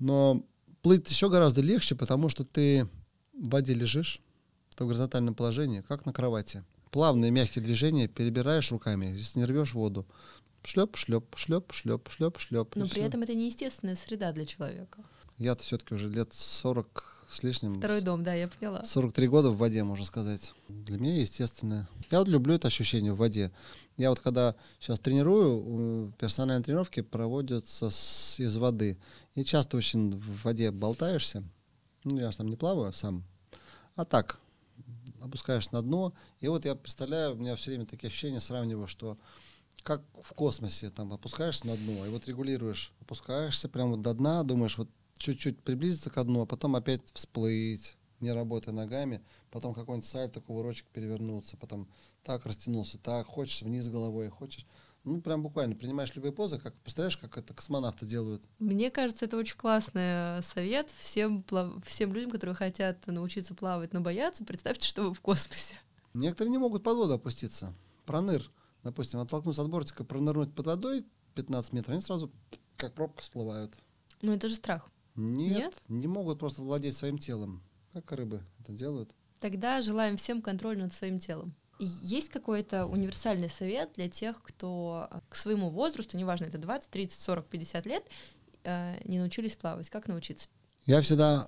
Speaker 1: Но плыть еще гораздо легче, потому что ты в воде лежишь, ты в горизонтальном положении, как на кровати. Плавные мягкие движения, перебираешь руками, если не рвешь воду. Шлеп, шлеп, шлеп, шлеп, шлеп, шлеп.
Speaker 2: Но при этом это неестественная среда для человека.
Speaker 1: Я-то все-таки уже лет 40 с лишним.
Speaker 2: Второй дом, да, я поняла.
Speaker 1: 43 года в воде, можно сказать. Для меня естественно. Я вот люблю это ощущение в воде. Я вот когда сейчас тренирую, персональные тренировки проводятся из воды. И часто очень в воде болтаешься. Ну, я же там не плаваю сам. А так, опускаешь на дно. И вот я представляю, у меня все время такие ощущения, сравниваю, что как в космосе, там опускаешься на дно, и вот регулируешь, опускаешься прямо вот до дна, думаешь, вот чуть-чуть приблизиться к дну, а потом опять всплыть, не работая ногами, потом какой-нибудь сальто, кувырочек перевернуться, потом так растянулся, так, хочешь вниз головой, хочешь. Ну, прям буквально принимаешь любые позы, как представляешь, как это космонавты делают.
Speaker 2: Мне кажется, это очень классный совет всем людям, которые хотят научиться плавать, но боятся. Представьте, что вы в космосе.
Speaker 1: Некоторые не могут под воду опуститься. Проныр, допустим, оттолкнуться от бортика, пронырнуть под водой 15 метров, они сразу как пробка всплывают.
Speaker 2: Ну, это же страх.
Speaker 1: Нет, не могут просто владеть своим телом, как рыбы это делают.
Speaker 2: Тогда желаем всем контроль над своим телом. И есть какой-то универсальный совет для тех, кто к своему возрасту, неважно, это 20, 30, 40, 50 лет, не научились плавать? Как научиться?
Speaker 1: Я всегда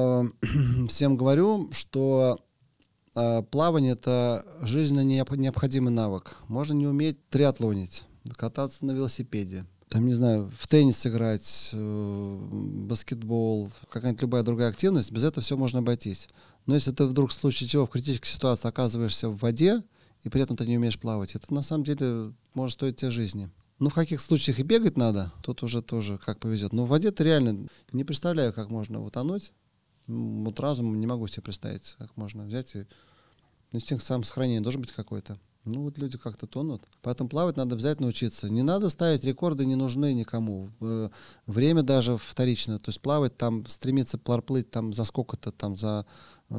Speaker 1: всем говорю, что плавание — это жизненно необходимый навык. Можно не уметь триатлонить, кататься на велосипеде, там, не знаю, в теннис играть, баскетбол, какая-нибудь любая другая активность, без этого все можно обойтись. Но если ты вдруг в случае чего в критической ситуации оказываешься в воде, и при этом ты не умеешь плавать, это на самом деле может стоить тебе жизни. Ну, в каких случаях и бегать надо, тут уже тоже как повезет. Но в воде ты реально не представляю, как можно утонуть. Вот разумом не могу себе представить, как можно взять и... Инстинкт самосохранения должен быть какой-то. Ну, вот люди как-то тонут. Поэтому плавать надо обязательно учиться. Не надо ставить рекорды, не нужны никому. Время даже вторично. То есть плавать, там, стремиться плыть там, за сколько-то, там, за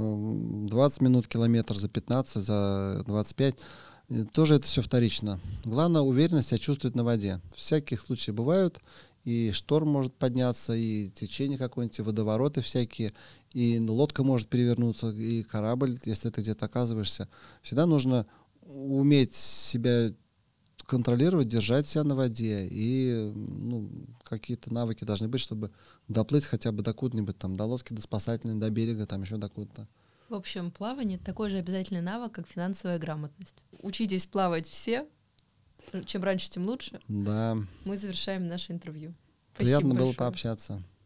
Speaker 1: 20 минут километр, за 15, за 25. Тоже это все вторично. Главное, уверенность себя чувствовать на воде. Всякие случаи бывают. И шторм может подняться, и течение какое-нибудь, и водовороты всякие, и лодка может перевернуться, и корабль, если ты где-то оказываешься. Всегда нужно уметь себя контролировать, держать себя на воде. И какие-то навыки должны быть, чтобы доплыть хотя бы до куда-нибудь, там, до лодки, до спасательной, до берега, там еще до куда-то.
Speaker 2: В общем, плавание — такой же обязательный навык, как финансовая грамотность. Учитесь плавать все. Чем раньше, тем лучше.
Speaker 1: Да.
Speaker 2: Мы завершаем наше интервью.
Speaker 1: Приятно
Speaker 2: Спасибо
Speaker 1: было
Speaker 2: большое.
Speaker 1: пообщаться.